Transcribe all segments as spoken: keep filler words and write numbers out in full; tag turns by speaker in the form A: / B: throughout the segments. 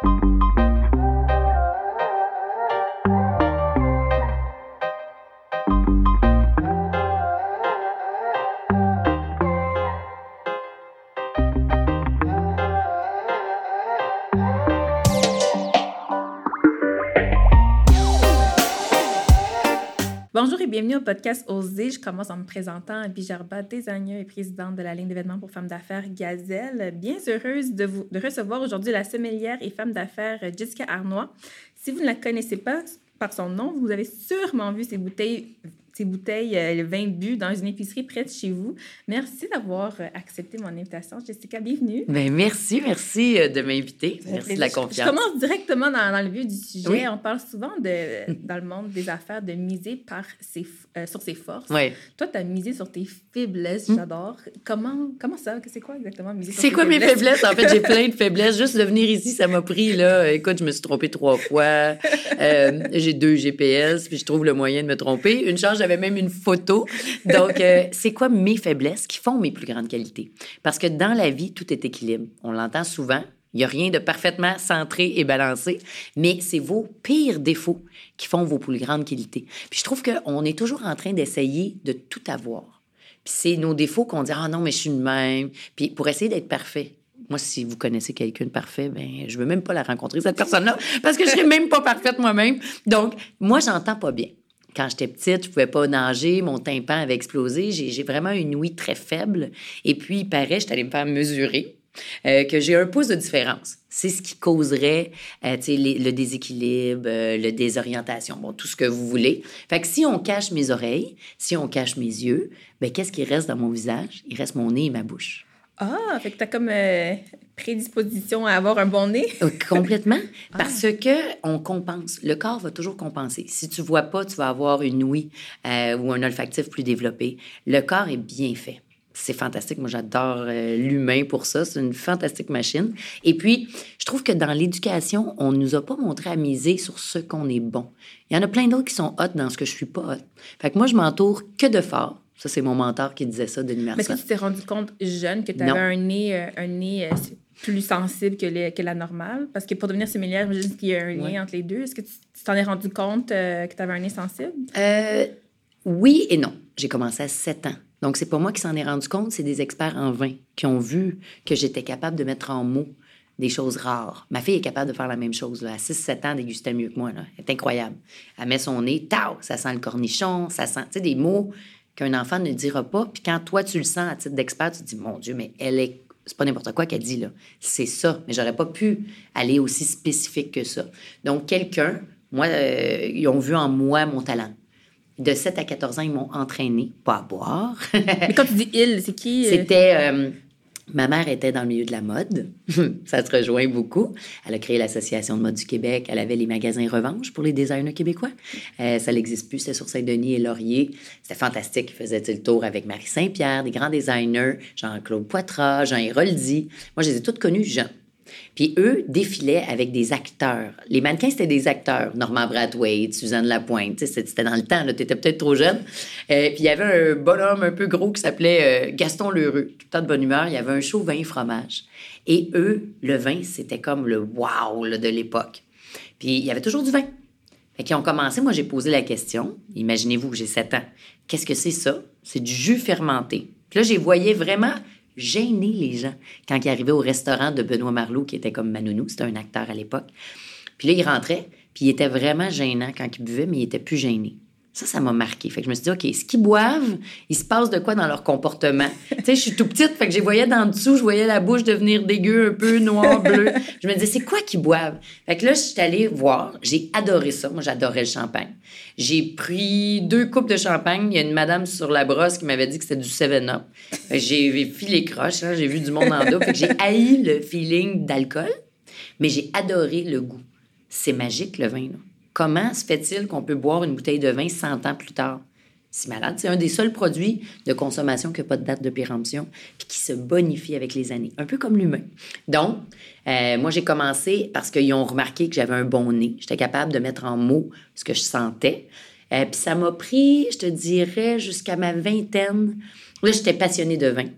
A: Bonjour et bienvenue au podcast Oser. Je commence en me présentant, Bijarba, designer et présidente de la ligne d'événements pour femmes d'affaires Gazelle. Bien heureuse de, vous, de recevoir aujourd'hui la sommelière et femme d'affaires Jessica Arnois. Si vous ne la connaissez pas par son nom, vous avez sûrement vu ses bouteilles, ses bouteilles euh, le vin bu dans une épicerie près de chez vous. Merci d'avoir euh, accepté mon invitation. Jessica, bienvenue.
B: Bien, merci, merci de m'inviter. Merci de la confiance.
A: Je commence directement dans, dans le vif du sujet.
B: Oui.
A: On parle souvent, de, dans le monde des affaires, de miser par ses, euh, sur ses forces.
B: Oui.
A: Toi, tu as misé sur tes faiblesses, j'adore. Comment, comment ça? C'est quoi exactement miser sur
B: C'est
A: tes
B: quoi
A: faiblesses?
B: mes faiblesses? En fait, j'ai plein de faiblesses. Juste de venir ici, ça m'a pris, là. Écoute, je me suis trompée trois fois. Euh, j'ai deux G P S, puis je trouve le moyen de me tromper. Une chance, j'avais même une photo. Donc, euh, c'est quoi mes faiblesses qui font mes plus grandes qualités? Parce que dans la vie, tout est équilibre. On l'entend souvent. Il n'y a rien de parfaitement centré et balancé, mais c'est vos pires défauts qui font vos plus grandes qualités. Puis je trouve qu'on est toujours en train d'essayer de tout avoir. Puis c'est nos défauts qu'on dit « Ah non, mais je suis de même ». Puis pour essayer d'être parfait. Moi, si vous connaissez quelqu'un de parfait, ben je veux même pas la rencontrer, cette personne-là, parce que je serais même pas parfaite moi-même. Donc, moi, j'entends pas bien. Quand j'étais petite, je pouvais pas nager, mon tympan avait explosé. J'ai, j'ai vraiment une ouïe très faible. Et puis, il paraît, je suis allée me faire mesurer, euh, que j'ai un pouce de différence. C'est ce qui causerait euh, tu sais, les, le déséquilibre, euh, le désorientation, bon, tout ce que vous voulez. Fait que si on cache mes oreilles, si on cache mes yeux, ben qu'est-ce qui reste dans mon visage? Il reste mon nez et ma bouche.
A: Ah, fait que t'as comme euh, prédisposition à avoir un bon nez?
B: Euh, complètement. Parce ah. que on compense. Le corps va toujours compenser. Si tu vois pas, tu vas avoir une ouïe euh, ou un olfactif plus développé. Le corps est bien fait. C'est fantastique. Moi, j'adore euh, l'humain pour ça. C'est une fantastique machine. Et puis, je trouve que dans l'éducation, on nous a pas montré à miser sur ce qu'on est bon. Il y en a plein d'autres qui sont hot dans ce que je suis pas hot. Fait que moi, je m'entoure que de forts. Ça, c'est mon mentor qui disait ça, Denis Marsan.
A: Mais est-ce que tu t'es rendu compte jeune que tu avais un nez, euh, un nez euh, plus sensible que, les, que la normale? Parce que pour devenir sommelière, j'imagine qu'il y a un lien ouais. entre les deux. Est-ce que tu, tu t'en es rendu compte euh, que tu avais un nez sensible?
B: Euh, oui et non. J'ai commencé à sept ans. Donc, c'est pas moi qui s'en ai rendu compte, c'est des experts en vin qui ont vu que j'étais capable de mettre en mots des choses rares. Ma fille est capable de faire la même chose. Là. À six sept ans, elle dégustait mieux que moi. Là. Elle est incroyable. Elle met son nez, tao, ça sent le cornichon, ça sent, tu sais, des mots qu'un enfant ne dira pas. Puis quand toi, tu le sens à titre d'expert, tu te dis, mon Dieu, mais elle est... C'est pas n'importe quoi qu'elle dit, là. C'est ça. Mais j'aurais pas pu aller aussi spécifique que ça. Donc, quelqu'un, moi, euh, ils ont vu en moi mon talent. De sept à quatorze ans, ils m'ont entraîné, pas à boire.
A: Mais quand tu dis « il », c'est qui?
B: C'était... Euh, ma mère était dans le milieu de la mode. Ça se rejoint beaucoup. Elle a créé l'Association de mode du Québec. Elle avait les magasins Revanche pour les designers québécois. Euh, ça n'existe plus. C'était sur Saint-Denis et Laurier. C'était fantastique. Ils faisaient le tour avec Marie Saint-Pierre, des grands designers, Jean-Claude Poitras, Jean Héroldi. Moi, je les ai toutes connus jeunes. Puis eux défilaient avec des acteurs. Les mannequins, c'était des acteurs. Normand Brathwaite, Suzanne Lapointe. C'était dans le temps, tu étais peut-être trop jeune. Euh, puis il y avait un bonhomme un peu gros qui s'appelait euh, Gaston Lheureux. Tout le temps de bonne humeur. Il y avait un show vin et fromage. Et eux, le vin, c'était comme le wow là, de l'époque. Puis il y avait toujours du vin. Fait qu'ils ont commencé. Moi, j'ai posé la question. Imaginez-vous que j'ai sept ans. Qu'est-ce que c'est ça? C'est du jus fermenté. Puis là, je les voyais vraiment... gêner les gens quand ils arrivaient au restaurant de Benoît Marleau, qui était comme Manounou, c'était un acteur à l'époque. Puis là, il rentrait, puis il était vraiment gênant quand il buvait, mais il était plus gêné. Ça, ça m'a marqué. Fait que je me suis dit, OK, ce qu'ils boivent, il se passe de quoi dans leur comportement? Tu sais, je suis tout petite, fait que je les voyais d'en dessous, je voyais la bouche devenir dégueu, un peu noir, bleu. Je me disais, c'est quoi qu'ils boivent? Fait que là, je suis allée voir. J'ai adoré ça. Moi, j'adorais le champagne. J'ai pris deux coupes de champagne. Il y a une madame sur la brosse qui m'avait dit que c'était du seven up. Fait que j'ai filé croche, hein, j'ai vu du monde en dos. Fait que j'ai haï le feeling d'alcool, mais j'ai adoré le goût. C'est magique, le vin, là. Comment se fait-il qu'on peut boire une bouteille de vin cent ans plus tard? C'est malade. C'est un des seuls produits de consommation qui n'a pas de date de péremption puis qui se bonifie avec les années. Un peu comme l'humain. Donc, euh, moi, j'ai commencé parce qu'ils ont remarqué que j'avais un bon nez. J'étais capable de mettre en mots ce que je sentais. Euh, puis ça m'a pris, je te dirais, jusqu'à ma vingtaine. Là, j'étais passionnée de vin.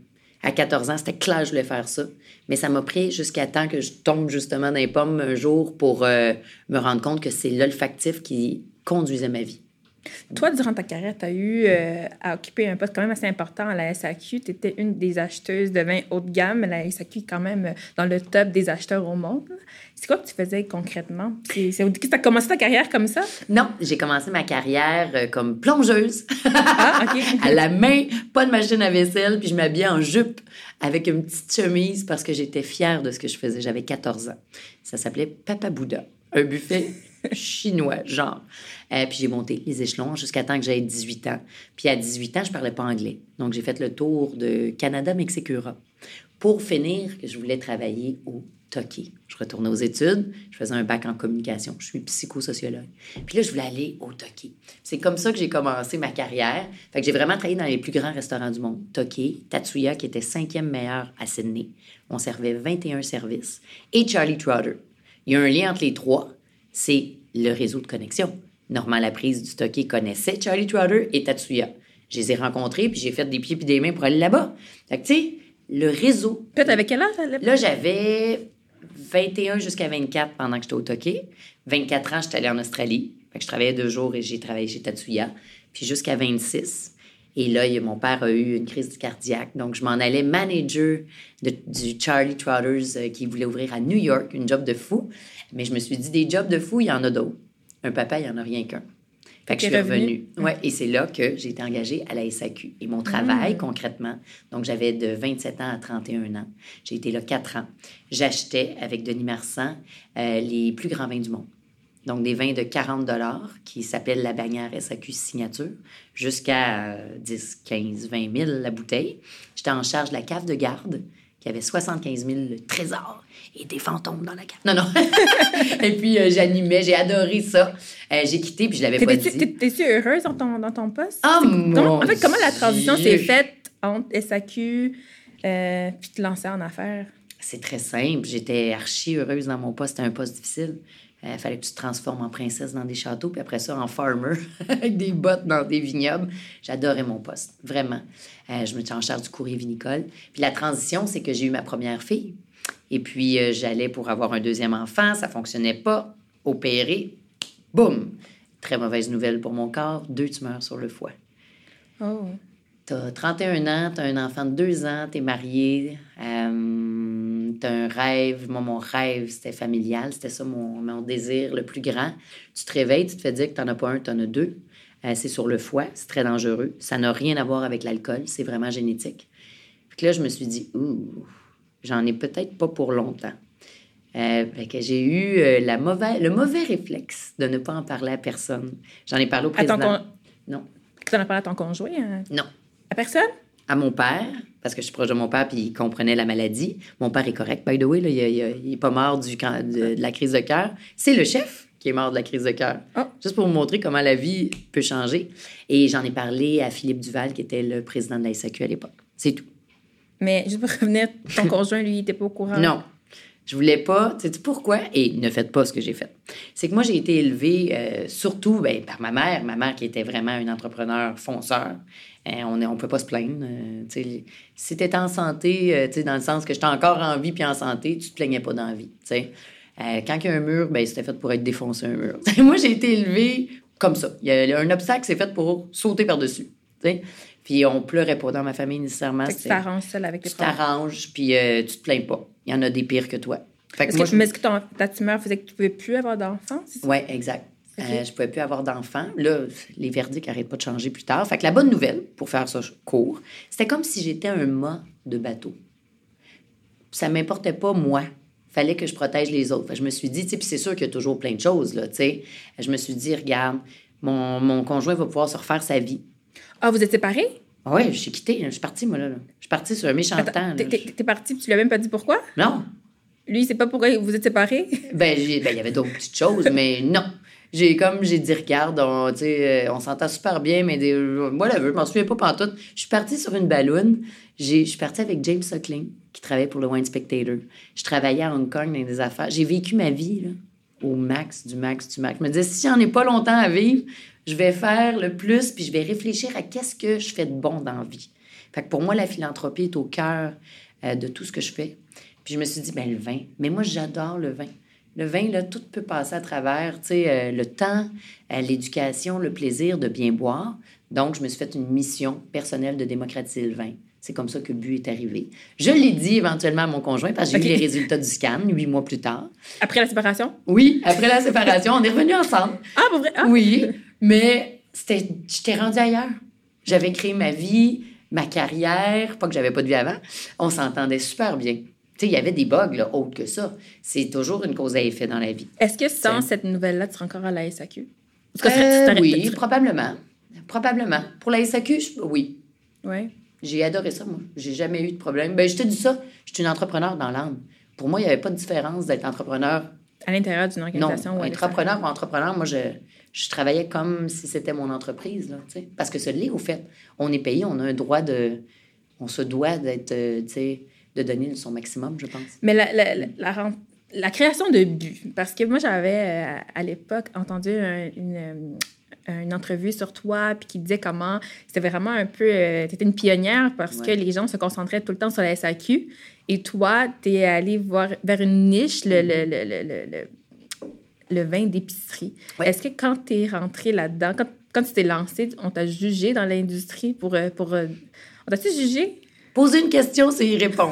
B: À quatorze ans, c'était clair que je voulais faire ça. Mais ça m'a pris jusqu'à temps que je tombe justement dans les pommes un jour pour euh, me rendre compte que c'est l'olfactif qui conduisait ma vie.
A: Toi, durant ta carrière, tu as eu euh, à occuper un poste quand même assez important à la S A Q. Tu étais une des acheteuses de vin haut de gamme. La S A Q est quand même dans le top des acheteurs au monde. C'est quoi que tu faisais concrètement? Tu as commencé ta carrière comme ça?
B: Non, j'ai commencé ma carrière euh, comme plongeuse.
A: Ah, OK.
B: À la main, pas de machine à vaisselle, puis je m'habillais en jupe avec une petite chemise parce que j'étais fière de ce que je faisais. J'avais quatorze ans. Ça s'appelait Papa Bouddha, un buffet chinois, genre. Euh, puis j'ai monté les échelons jusqu'à temps que j'aie dix-huit ans. Puis à dix-huit ans, je parlais pas anglais. Donc, j'ai fait le tour de Canada, Mexique, Europe. Pour finir, je voulais travailler au Toki. Je retournais aux études. Je faisais un bac en communication. Je suis psychosociologue. Puis là, je voulais aller au Toki. C'est comme ça que j'ai commencé ma carrière. Fait que j'ai vraiment travaillé dans les plus grands restaurants du monde. Toki, Tatsuya, qui était cinquième meilleur à Sydney. On servait vingt et un services. Et Charlie Trotter. Il y a un lien entre les trois. C'est le réseau de connexion. Normand Laprise du Toki connaissait Charlie Trotter et Tatsuya. Je les ai rencontrés, puis j'ai fait des pieds puis des mains pour aller là-bas. Fait que, tu sais, le réseau...
A: Toi, t'avais quel âge? Là,
B: là j'avais vingt et un jusqu'à vingt-quatre pendant que j'étais au Toki. vingt-quatre ans, j'étais allée en Australie. Fait que je travaillais deux jours et j'ai travaillé chez Tatsuya. Puis jusqu'à vingt-six. Et là, mon père a eu une crise cardiaque. Donc, je m'en allais manager de, du Charlie Trotters euh, qui voulait ouvrir à New York, une job de fou. Mais je me suis dit, des jobs de fou, il y en a d'autres. Un papa, il n'y en a rien qu'un. Fait que je suis revenue. Ouais, et c'est là que j'ai été engagée à la S A Q. Et mon travail, mmh. concrètement, donc j'avais de vingt-sept ans à trente et un ans. J'ai été là quatre ans. J'achetais avec Denis Marsan euh, les plus grands vins du monde. Donc, des vins de quarante dollars qui s'appellent la bannière S A Q Signature, jusqu'à euh, dix, quinze, vingt mille la bouteille. J'étais en charge de la cave de garde, qui avait soixante-quinze mille trésors et des fantômes dans la cave. Non, non. Et puis, euh, j'animais, j'ai adoré ça. Euh, j'ai quitté, puis je l'avais pas dit.
A: T'es-tu heureuse dans ton, dans ton poste?
B: Oh mon
A: comment, En fait, comment la transition
B: Dieu.
A: s'est faite entre S A Q euh, puis te lancer en affaires?
B: C'est très simple. J'étais archi heureuse dans mon poste. C'était un poste difficile. Il euh, fallait que tu te transformes en princesse dans des châteaux, puis après ça, en farmer, avec des bottes dans des vignobles. J'adorais mon poste, vraiment. Euh, je me suis en charge du courrier vinicole. Puis la transition, c'est que j'ai eu ma première fille. Et puis, euh, j'allais pour avoir un deuxième enfant. Ça ne fonctionnait pas. Opéré. Boum! Très mauvaise nouvelle pour mon corps. Deux tumeurs sur le foie.
A: Oh.
B: T'as trente et un ans, t'as un enfant de deux ans, t'es marié, euh, t'as un rêve. Moi, mon rêve, c'était familial. C'était ça mon, mon désir le plus grand. Tu te réveilles, tu te fais dire que t'en as pas un, t'en as deux. Euh, c'est sur le foie, c'est très dangereux. Ça n'a rien à voir avec l'alcool, c'est vraiment génétique. Puis là, je me suis dit, ouh, j'en ai peut-être pas pour longtemps. Euh, fait que j'ai eu euh, la mauvaise, le mauvais réflexe de ne pas en parler à personne. J'en ai parlé au président.
A: Con...
B: Non.
A: Tu en as parlé à ton conjoint? Hein?
B: Non.
A: À personne?
B: À mon père, parce que je suis proche de mon père puis il comprenait la maladie. Mon père est correct, by the way, là, il n'est pas mort du, de, de la crise de cœur. C'est le chef qui est mort de la crise de cœur. Oh. Juste pour vous montrer comment la vie peut changer. Et j'en ai parlé à Philippe Duval, qui était le président de la S A Q à l'époque. C'est tout.
A: Mais juste pour revenir, ton conjoint, lui, il n'était pas au courant?
B: Non. Je voulais pas. Tu sais pourquoi? Et ne faites pas ce que j'ai fait. C'est que moi, j'ai été élevée euh, surtout ben, par ma mère. Ma mère qui était vraiment une entrepreneur fonceur. Euh, on ne peut pas se plaindre. Euh, tu sais, si tu étais en santé, euh, tu sais, dans le sens que j'étais encore en vie puis en santé, tu te plaignais pas dans la vie. Tu sais. Euh, quand il y a un mur, ben, c'était fait pour être défoncé un mur. Moi, j'ai été élevée comme ça. Il y a un obstacle, c'est fait pour sauter par-dessus. Tu sais. Puis on pleurait pas dans ma famille nécessairement.
A: Fait que tu t'arranges seule avec tes
B: parents. Tu t'arranges, puis euh, tu te plains pas. Il y en a des pires que toi.
A: Fait que moi, que, je... Mais est-ce que ton, ta tumeur faisait que tu ne pouvais plus avoir d'enfants?
B: Oui, exact. Okay. Euh, je ne pouvais plus avoir d'enfants. Là, les verdicts n'arrêtent pas de changer plus tard. Fait que la bonne nouvelle, pour faire ça court, c'était comme si j'étais un mât de bateau. Ça ne m'importait pas, moi. Il fallait que je protège les autres. Fait que je me suis dit, tu sais, puis c'est sûr qu'il y a toujours plein de choses, là, tu sais. Je me suis dit, regarde, mon, mon conjoint va pouvoir se refaire sa vie.
A: Ah, vous êtes séparés?
B: Oui, je suis quittée. Je suis partie, moi, là. là. Je suis partie sur un méchant
A: Attends,
B: temps.
A: T'es, t'es partie, puis tu lui as même pas dit pourquoi?
B: Non.
A: Lui, il sait pas pourquoi vous êtes séparés?
B: ben, il ben, y avait d'autres petites choses, mais non. J'ai comme, j'ai dit, regarde, on, on s'entend super bien, mais des, whatever, je m'en souviens pas pantoute. Je suis partie sur une balloune. Je suis partie avec James Suckling, qui travaillait pour le Wine Spectator. Je travaillais à Hong Kong dans des affaires. J'ai vécu ma vie, là, au max, du max, du max. Je me disais, si j'en ai pas longtemps à vivre, je vais faire le plus, puis je vais réfléchir à qu'est-ce que je fais de bon dans la vie. Fait que pour moi, la philanthropie est au cœur euh, de tout ce que je fais. Puis je me suis dit, ben le vin. Mais moi, j'adore le vin. Le vin, là, tout peut passer à travers, tu sais, euh, le temps, euh, l'éducation, le plaisir de bien boire. Donc, je me suis fait une mission personnelle de démocratiser le vin. C'est comme ça que le but est arrivé. Je l'ai dit éventuellement à mon conjoint parce que j'ai okay. eu les résultats du scan huit mois plus tard.
A: Après la séparation?
B: Oui, après la séparation. On est revenus ensemble.
A: Ah, pour vrai? Ah.
B: Oui, mais c'était, j'étais rendue ailleurs. J'avais créé ma vie, ma carrière, pas que j'avais pas de vie avant. On s'entendait super bien. Tu sais, il y avait des bugs, là, autres que ça. C'est toujours une cause à effet dans la vie.
A: Est-ce que sans C'est... cette nouvelle-là, tu serais encore à la S A Q?
B: Parce que euh, tu oui, probablement. Probablement. Pour la S A Q, je... oui.
A: Oui.
B: J'ai adoré ça, moi. J'ai jamais eu de problème. Ben, je te dis ça, je suis une entrepreneur dans l'âme. Pour moi, il n'y avait pas de différence d'être entrepreneur.
A: À l'intérieur d'une organisation
B: non,
A: ou à
B: entrepreneur ou entrepreneur, moi, je, je travaillais comme si c'était mon entreprise, là, tu sais. Parce que ça l'est, au fait. On est payé, on a un droit de... On se doit d'être, euh, tu sais, de donner son maximum, je pense.
A: Mais la, la, la, la, la création de but, parce que moi, j'avais, euh, à l'époque, entendu un, une... une entrevue sur toi, puis qui disait comment c'était vraiment un peu... Euh, tu étais une pionnière parce ouais. que les gens se concentraient tout le temps sur la S A Q. Et toi, tu es allée voir vers une niche, le, le, le, le, le, le, le vin d'épicerie. Ouais. Est-ce que quand tu es rentrée là-dedans, quand, quand tu t'es lancée, on t'a jugé dans l'industrie pour... pour euh, on t'a-tu jugé?
B: Poser une question, c'est y répondre.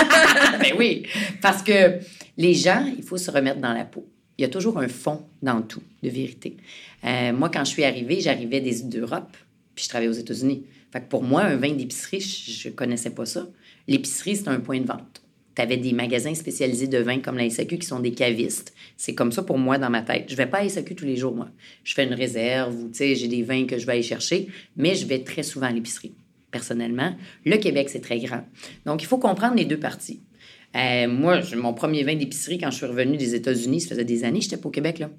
B: Ben oui, parce que les gens, il faut se remettre dans la peau. Il y a toujours un fond dans tout, de vérité. Euh, moi, quand je suis arrivée, j'arrivais des, d'Europe, puis je travaillais aux États-Unis. Fait que pour moi, un vin d'épicerie, je ne connaissais pas ça. L'épicerie, c'est un point de vente. Tu avais des magasins spécialisés de vin comme la S A Q qui sont des cavistes. C'est comme ça pour moi dans ma tête. Je ne vais pas à la S A Q tous les jours, moi. Je fais une réserve ou, tu sais, j'ai des vins que je vais aller chercher, mais je vais très souvent à l'épicerie, personnellement. Le Québec, c'est très grand. Donc, il faut comprendre les deux parties. Euh, moi, mon premier vin d'épicerie, quand je suis revenue des États-Unis, ça faisait des années que je n'étais pas au Québec, là.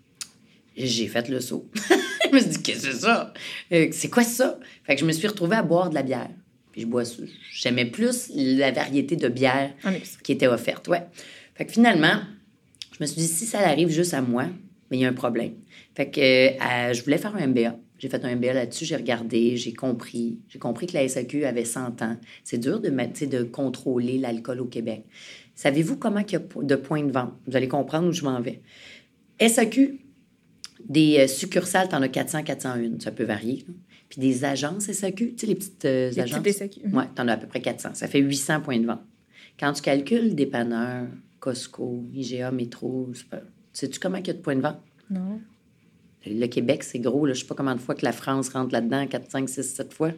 B: J'ai fait le saut. Je me suis dit, qu'est-ce que c'est ça? Euh, c'est quoi ça? Fait que je me suis retrouvée à boire de la bière. Puis je bois ça. J'aimais plus la variété de bière qui était offerte. Ouais. Fait que finalement, je me suis dit, si ça arrive juste à moi, mais il y a un problème. Fait que euh, je voulais faire un M B A. J'ai fait un M B A là-dessus, j'ai regardé, j'ai compris. J'ai compris que la S A Q avait cent ans. C'est dur de, mettre, de contrôler l'alcool au Québec. Savez-vous comment il y a de points de vente? Vous allez comprendre où je m'en vais. S A Q, des euh, succursales, t'en as quatre cents, quatre cent un. Ça peut varier. Là. Puis des agences S A Q, tu sais, les petites euh, les agences.
A: S A Q.
B: Oui, t'en as à peu près quatre cents. Ça fait huit cents points de vente. Quand tu calcules dépanneurs, Costco, I G A, Métro, sais-tu comment il y a de points de vente?
A: Non.
B: Le Québec, c'est gros. Là. Je ne sais pas combien de fois que la France rentre là-dedans, quatre, cinq, six, sept fois.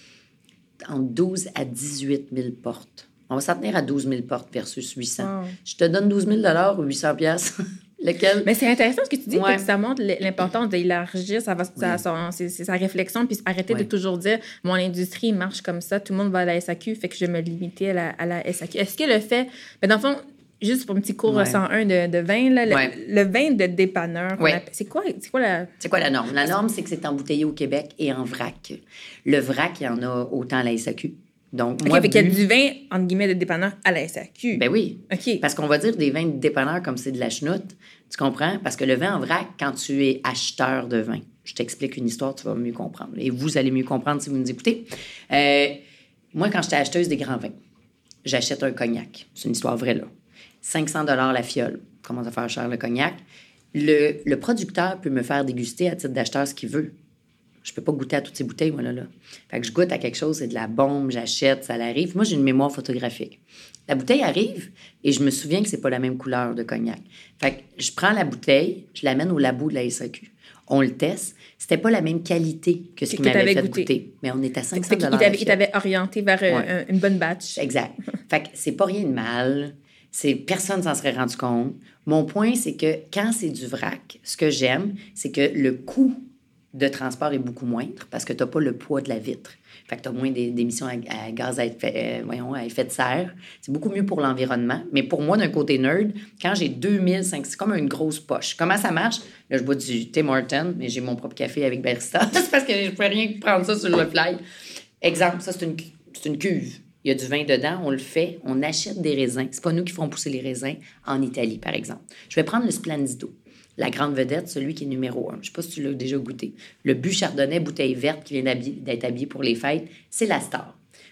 B: Entre douze à dix-huit mille portes. On va s'en tenir à douze mille portes versus huit cents. Wow. Je te donne douze mille dollars ou huit cents piastres. Lequel?
A: Mais c'est intéressant ce que tu dis, ouais. Parce que ça montre l'importance d'élargir sa, sa, oui. sa, sa, sa réflexion, puis arrêter oui. de toujours dire « mon industrie marche comme ça, tout le monde va à la S A Q, fait que je vais me limiter à la, à la S A Q ». Est-ce que le fait... Mais dans le fond, juste pour un petit cours ouais. cent un de, de vin, là, le, ouais. le vin de dépanneur, ouais. appelle, c'est, quoi, c'est quoi la...
B: C'est quoi la norme? La norme, c'est que c'est embouteillé au Québec et en vrac. Le vrac, il y en a autant à la S A Q. Donc,
A: OK,
B: moi,
A: fait qu'il y a du vin, entre guillemets, de dépanneur à la S A Q.
B: Ben oui.
A: OK.
B: Parce qu'on va dire des vins de dépanneur comme c'est de la chenoute. Tu comprends? Parce que le vin en vrac, quand tu es acheteur de vin, je t'explique une histoire, tu vas mieux comprendre. Et vous allez mieux comprendre si vous nous écoutez. Euh, moi, quand j'étais acheteuse des grands vins, j'achète un cognac. C'est une histoire vraie, là. cinq cents dollars la fiole. Comment ça faire cher le cognac? Le, le producteur peut me faire déguster à titre d'acheteur ce qu'il veut. Je peux pas goûter à toutes ces bouteilles, moi, là, là. Fait que je goûte à quelque chose, c'est de la bombe, j'achète, ça l'arrive. Moi, j'ai une mémoire photographique. La bouteille arrive et je me souviens que c'est pas la même couleur de cognac. Fait que je prends la bouteille, je l'amène au labo de la S A Q. On le teste. C'était pas la même qualité que ce qu'il m'avait fait goûter. goûter. Mais on est à cinq cents dollars.
A: Il t'avait orienté vers ouais. un, une bonne batch.
B: Exact. Fait que c'est pas rien de mal. C'est, personne s'en serait rendu compte. Mon point, c'est que quand c'est du vrac, ce que j'aime, c'est que le coût de transport est beaucoup moindre parce que tu n'as pas le poids de la vitre. Fait que tu as moins d'émissions à, à gaz à effet, euh, voyons, à effet de serre. C'est beaucoup mieux pour l'environnement. Mais pour moi, d'un côté nerd, quand j'ai deux mille cinq cents, c'est comme une grosse poche. Comment ça marche? Là, je bois du Tim Hortons, mais j'ai mon propre café avec barista. C'est parce que je ne pouvais rien prendre ça sur le fly. Exemple, ça, c'est une, c'est une cuve. Il y a du vin dedans, on le fait, on achète des raisins. C'est pas nous qui ferons pousser les raisins en Italie, par exemple. Je vais prendre le Splendido. La grande vedette, celui qui est numéro un. Je ne sais pas si tu l'as déjà goûté. Le but chardonnay, bouteille verte qui vient d'être habillé pour les fêtes, c'est la star.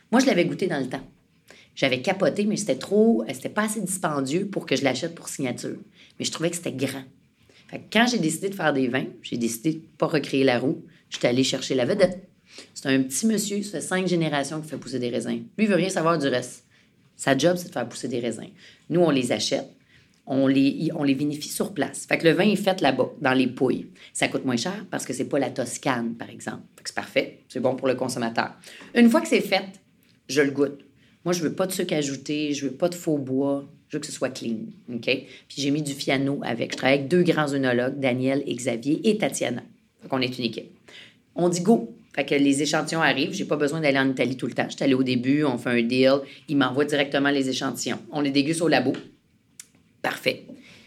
B: Moi, je l'avais goûté dans le temps. J'avais capoté, mais c'était trop, c'était pas assez dispendieux pour que je l'achète pour signature. Mais je trouvais que c'était grand. Fait que quand j'ai décidé de faire des vins, j'ai décidé de ne pas recréer la roue. J'étais allée chercher la vedette. C'est un petit monsieur, ça fait cinq générations qu'il fait pousser des raisins. Lui, il veut rien savoir du reste. Sa job, c'est de faire pousser des raisins. Nous, on les achète, on les, on les vinifie sur place. Fait que le vin est fait là-bas, dans les pouilles. Ça coûte moins cher parce que c'est pas la Toscane, par exemple. Fait que c'est parfait, c'est bon pour le consommateur. Une fois que c'est fait, je le goûte. Moi, je veux pas de sucre ajouté, je veux pas de faux bois, je veux que ce soit clean, OK? Puis j'ai mis du Fiano avec. Je travaille avec deux grands œnologues, Daniel et Xavier, et Tatiana. Fait qu'on est une équipe. On dit go. Fait que les échantillons arrivent. J'ai pas besoin d'aller en Italie tout le temps. Je suis allée au début, on fait un deal. Ils m'envoient directement les échantillons. On les déguste au labo. Parfait.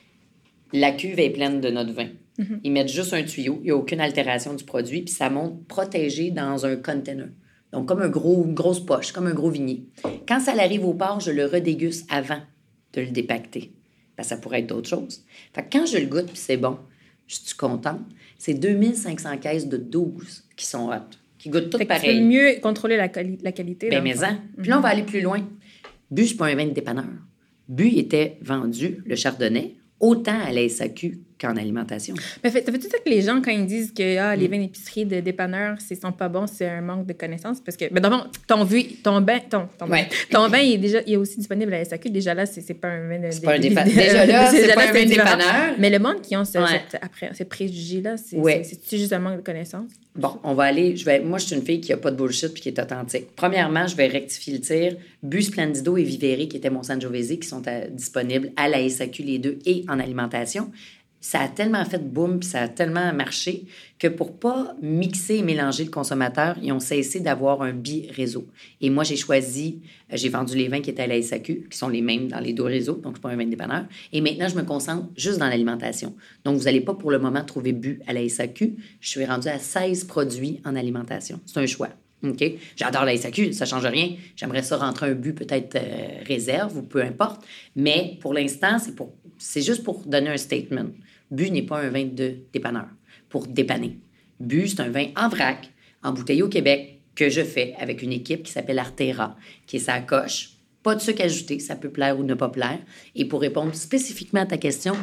B: La cuve est pleine de notre vin. Mm-hmm. Ils mettent juste un tuyau. Il n'y a aucune altération du produit. Puis ça monte protégé dans un container. Donc, comme un gros, une grosse poche, comme un gros vignier. Quand ça arrive au port, je le redéguste avant de le dépacter. Parce que ça pourrait être d'autres choses. Fait que quand je le goûte, puis c'est bon, je suis contente. C'est deux mille cinq cents caisses de douze qui sont hot, qui goûtent toutes pareil.
A: Tu peux mieux contrôler la, quali- la qualité.
B: Ben, mais en. Puis là, on va aller plus loin. Bu, c'est pas un vin de dépanneur. Bu était vendu, le chardonnay, autant à la S A Q qu'en alimentation.
A: Mais fait, ça veut-tu dire que les gens, quand ils disent que ah, les vins d'épicerie de dépanneurs, ne sont pas bons, c'est un manque de connaissances? Parce que, ben d'abord, ton, vin, ton, bain, ton, ton, ouais. ton vin il est, déjà, il est aussi disponible à la S A Q. Déjà là, c'est, c'est pas un vin de
B: c'est pas un dépa- Déjà là, c'est, c'est pas un vin de dépanneur.
A: Mais le monde qui ont ce, ouais. cette, après, ces préjugés-là, c'est, ouais. c'est, c'est juste un manque de connaissances?
B: Bon, on va aller... Je vais, moi, je suis une fille qui n'a pas de bullshit puis qui est authentique. Premièrement, je vais rectifier le tir. Bu Splendido et Viveri, qui étaient mon Sangiovese, qui sont à, disponibles à la S A Q, les deux, et en alimentation. Ça a tellement fait boum, puis ça a tellement marché que pour pas mixer et mélanger le consommateur, ils ont cessé d'avoir un bi-réseau. Et moi, j'ai choisi, j'ai vendu les vins qui étaient à la S A Q, qui sont les mêmes dans les deux réseaux, donc c'est pas un vin de dépanneur. Et maintenant, je me concentre juste dans l'alimentation. Donc, vous n'allez pas pour le moment trouver bu à la S A Q. Je suis rendue à seize produits en alimentation. C'est un choix. OK? J'adore la S A Q, ça ne change rien. J'aimerais ça rentrer un but peut-être euh, réserve ou peu importe. Mais pour l'instant, c'est, pour, c'est juste pour donner un statement. Bu n'est pas un vin de dépanneur pour dépanner. Bu, c'est un vin en vrac, embouteillé au Québec, que je fais avec une équipe qui s'appelle Artera, qui est sa coche. Pas de sucre ajouté, ça peut plaire ou ne pas plaire. Et pour répondre spécifiquement à ta question,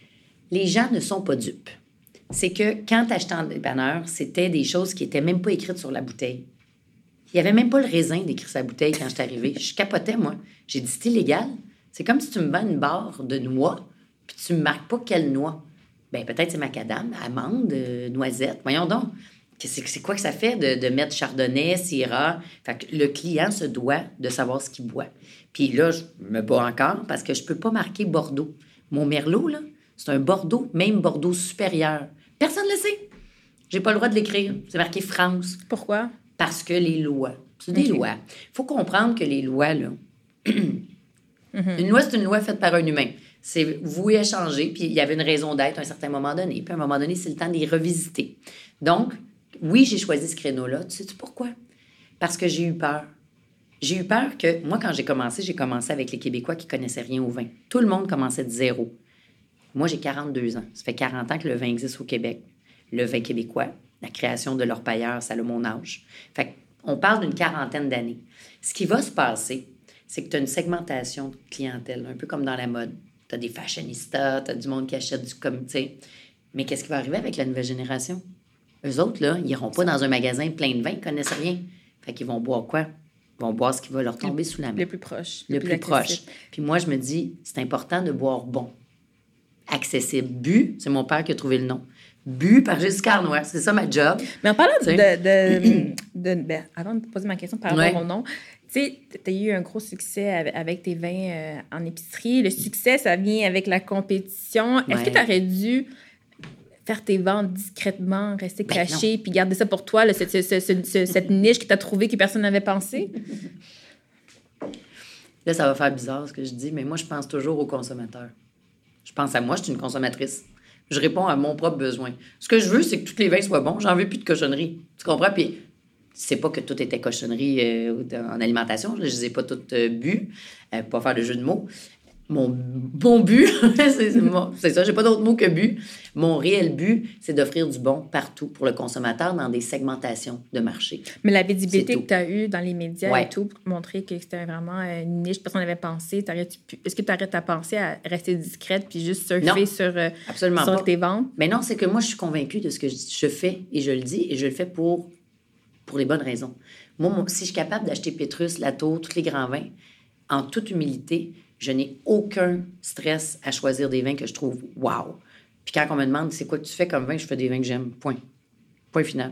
B: les gens ne sont pas dupes. C'est que quand tu achetais en dépanneur, c'était des choses qui n'étaient même pas écrites sur la bouteille. Il n'y avait même pas le raisin d'écrire sur la bouteille quand je suis arrivée. Je capotais, moi. J'ai dit, c'est illégal. C'est comme si tu me vends une barre de noix, puis tu ne me marques pas quelle noix. Bien, peut-être c'est macadam, amande, euh, noisette. Voyons donc. C'est, c'est quoi que ça fait de, de mettre chardonnay, syrah? Fait que le client se doit de savoir ce qu'il boit. Puis là, je me bats encore parce que je ne peux pas marquer Bordeaux. Mon Merlot, là, c'est un Bordeaux, même Bordeaux supérieur. Personne ne le sait. J'ai pas le droit de l'écrire. C'est marqué France.
A: Pourquoi? Parce
B: que les lois. C'est des okay. lois. Il faut comprendre que les lois, là... mm-hmm. Une loi, c'est une loi faite par un humain. C'est voué à changer, puis il y avait une raison d'être à un certain moment donné. Puis à un moment donné, c'est le temps d'y revisiter. Donc, oui, j'ai choisi ce créneau-là. Tu sais-tu pourquoi? Parce que j'ai eu peur. J'ai eu peur que... Moi, quand j'ai commencé, j'ai commencé avec les Québécois qui ne connaissaient rien au vin. Tout le monde commençait de zéro. Moi, j'ai quarante-deux ans. Ça fait quarante ans que le vin existe au Québec. Le vin québécois, la création de l'orpailleur, ça a mon âge. Fait qu'on parle d'une quarantaine d'années. Ce qui va se passer, c'est que tu as une segmentation de clientèle, un peu comme dans la mode. Tu as des fashionistas, tu as du monde qui achète du comité. Mais qu'est-ce qui va arriver avec la nouvelle génération? Eux autres, là, ils n'iront pas dans un magasin plein de vin, ils ne connaissent rien. Fait qu'ils vont boire quoi? Ils vont boire ce qui va leur tomber
A: le,
B: sous la main.
A: Le plus proche.
B: Le, le plus, plus proche. Puis moi, je me dis, c'est important de boire bon. Accessible. Bu, c'est mon père qui a trouvé le nom. Bu par Jessica Arnois. C'est ça ma job.
A: Mais en parlant de... de, de, de ben, avant de poser ma question par rapport ouais. au nom, tu sais, tu as eu un gros succès avec, avec tes vins euh, en épicerie. Le succès, ça vient avec la compétition. Est-ce ouais. que tu aurais dû faire tes ventes discrètement, rester ben caché, puis garder ça pour toi, là, ce, ce, ce, ce, cette niche que tu as trouvée que personne n'avait pensé?
B: Là, ça va faire bizarre ce que je dis, mais moi, je pense toujours au consommateur. Je pense à moi, je suis une consommatrice. Je réponds à mon propre besoin. Ce que je veux, c'est que tous les vins soient bons. J'en veux plus de cochonneries. Tu comprends? Puis, c'est pas que tout était cochonnerie euh, en alimentation. Je ne les ai pas toutes euh, bues, euh, pour pas faire de jeu de mots. Mon, mon but, c'est, c'est, mon, c'est ça, j'ai pas d'autre mot que but. Mon réel but, c'est d'offrir du bon partout pour le consommateur dans des segmentations de marché.
A: Mais la visibilité que tu as eue dans les médias
B: ouais.
A: et tout, pour montrer que c'était vraiment une niche, parce qu'on avait pensé, est-ce que tu arrêtes à penser à rester discrète puis juste surfer
B: non,
A: sur, euh,
B: absolument
A: sur
B: pas.
A: tes ventes?
B: Mais non, c'est que moi, je suis convaincue de ce que je fais et je le dis et je le fais pour, pour les bonnes raisons. Moi, mon, si je suis capable d'acheter Pétrus, Latour, tous les grands vins, en toute humilité, je n'ai aucun stress à choisir des vins que je trouve wow. Puis quand on me demande c'est quoi que tu fais comme vin, je fais des vins que j'aime. Point. Point final.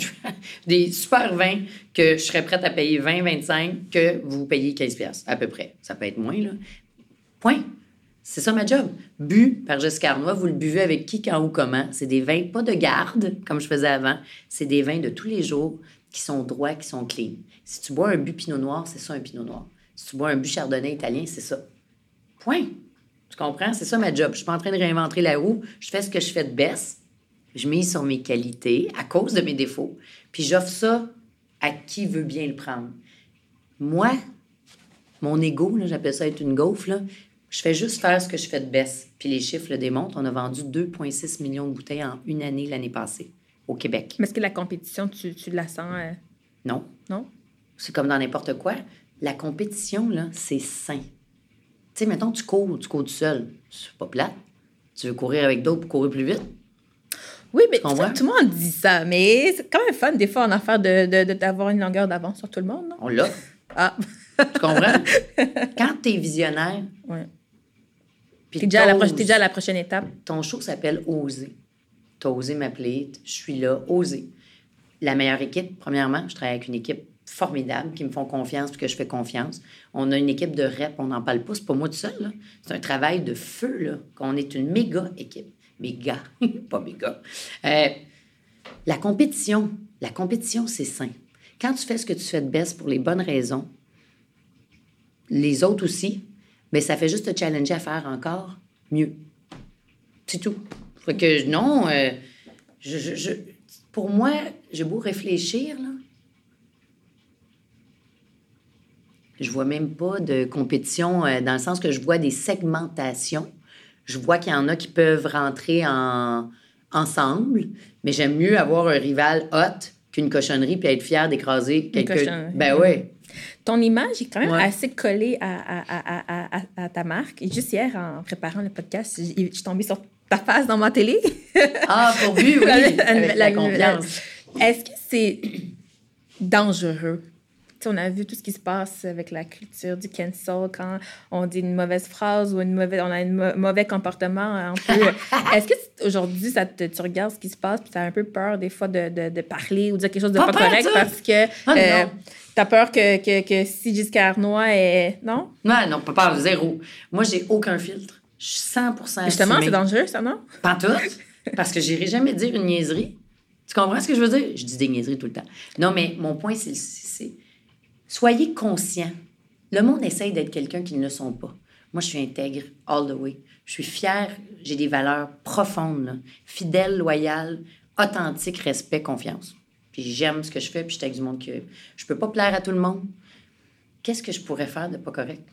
B: Des super vins que je serais prête à payer vingt, vingt-cinq que vous payez quinze piastres à peu près. Ça peut être moins, là. Point. C'est ça ma job. Bu par Jessica Arnois, vous le buvez avec qui, quand, où, comment. C'est des vins pas de garde, comme je faisais avant. C'est des vins de tous les jours qui sont droits, qui sont clean. Si tu bois un but Pinot Noir, c'est ça un Pinot Noir. Si tu bois un but Chardonnay italien, c'est ça. Point. Tu comprends? C'est ça ma job. Je suis pas en train de réinventer la roue. Je fais ce que je fais de best. Je mise sur mes qualités à cause de mes défauts. Puis j'offre ça à qui veut bien le prendre. Moi, mon ego, là, j'appelle ça être une gaufre, là, je fais juste faire ce que je fais de best. Puis les chiffres le démontrent. On a vendu deux virgule six millions de bouteilles en une année l'année passée au Québec.
A: Mais est-ce que la compétition, tu, tu la sens? Euh...
B: Non.
A: Non?
B: C'est comme dans n'importe quoi. La compétition, là, c'est sain. Tu sais, mettons, tu cours, tu cours tout seul. C'est pas plate. Tu veux courir avec d'autres pour courir plus vite?
A: Oui, mais tout, tout le monde dit ça, mais c'est quand même fun, des fois, en affaire de, de, de, d'avoir une longueur d'avance sur tout le monde, non?
B: On l'a.
A: Ah.
B: Tu comprends? Quand t'es visionnaire...
A: Ouais. T'es déjà, à la pro- t'es déjà à la prochaine étape.
B: Ton show s'appelle « Oser ». T'as osé m'appeler, je suis là, oser. La meilleure équipe, premièrement, je travaille avec une équipe formidable, qui me font confiance puis que je fais confiance. On a une équipe de rep, on n'en parle pas, c'est pas moi tout seul, là. C'est un travail de feu, là, qu'on est une méga équipe. Méga, pas méga. Euh, la compétition, la compétition, c'est sain. Quand tu fais ce que tu fais de best pour les bonnes raisons, les autres aussi, mais ça fait juste te challenger à faire encore mieux. C'est tout. Fait que non, euh, je, je, je, pour moi, j'ai beau réfléchir, là, je vois même pas de compétition euh, dans le sens que je vois des segmentations. Je vois qu'il y en a qui peuvent rentrer en, ensemble, mais j'aime mieux avoir un rival hot qu'une cochonnerie puis être fier d'écraser quelqu'un. Ben oui.
A: Ton image est quand même
B: ouais.
A: assez collée à, à, à, à, à ta marque. Et juste hier, en préparant le podcast, je, je suis tombée sur ta face dans ma télé.
B: Ah, pour lui, oui, avec la, la confiance.
A: La, est-ce que c'est dangereux? T'sais, on a vu tout ce qui se passe avec la culture du cancel quand on dit une mauvaise phrase ou une mauvaise, on a un mo- mauvais comportement. Un peu. Est-ce que aujourd'hui, ça te, tu regardes ce qui se passe et tu as un peu peur des fois de, de, de parler ou de dire quelque chose de pas, pas correct parce que
B: ah,
A: euh, tu as peur que, que, que si Jessica Arnois est... Non?
B: Non, non, pas peur, zéro. Moi, j'ai aucun filtre. Je suis cent pour cent
A: Justement,
B: assumée.
A: c'est dangereux, ça, non?
B: Pas tout, parce que j'irai jamais dire une niaiserie. Tu comprends ce que je veux dire? Je dis des niaiseries tout le temps. Non, mais mon point, c'est... c'est soyez conscients. Le monde essaye d'être quelqu'un qu'ils ne sont pas. Moi, je suis intègre all the way. Je suis fière. J'ai des valeurs profondes. Là. Fidèle, loyale, authentique, respect, confiance. Puis j'aime ce que je fais, puis je suis avec du monde que je peux pas plaire à tout le monde. Qu'est-ce que je pourrais faire de pas correct?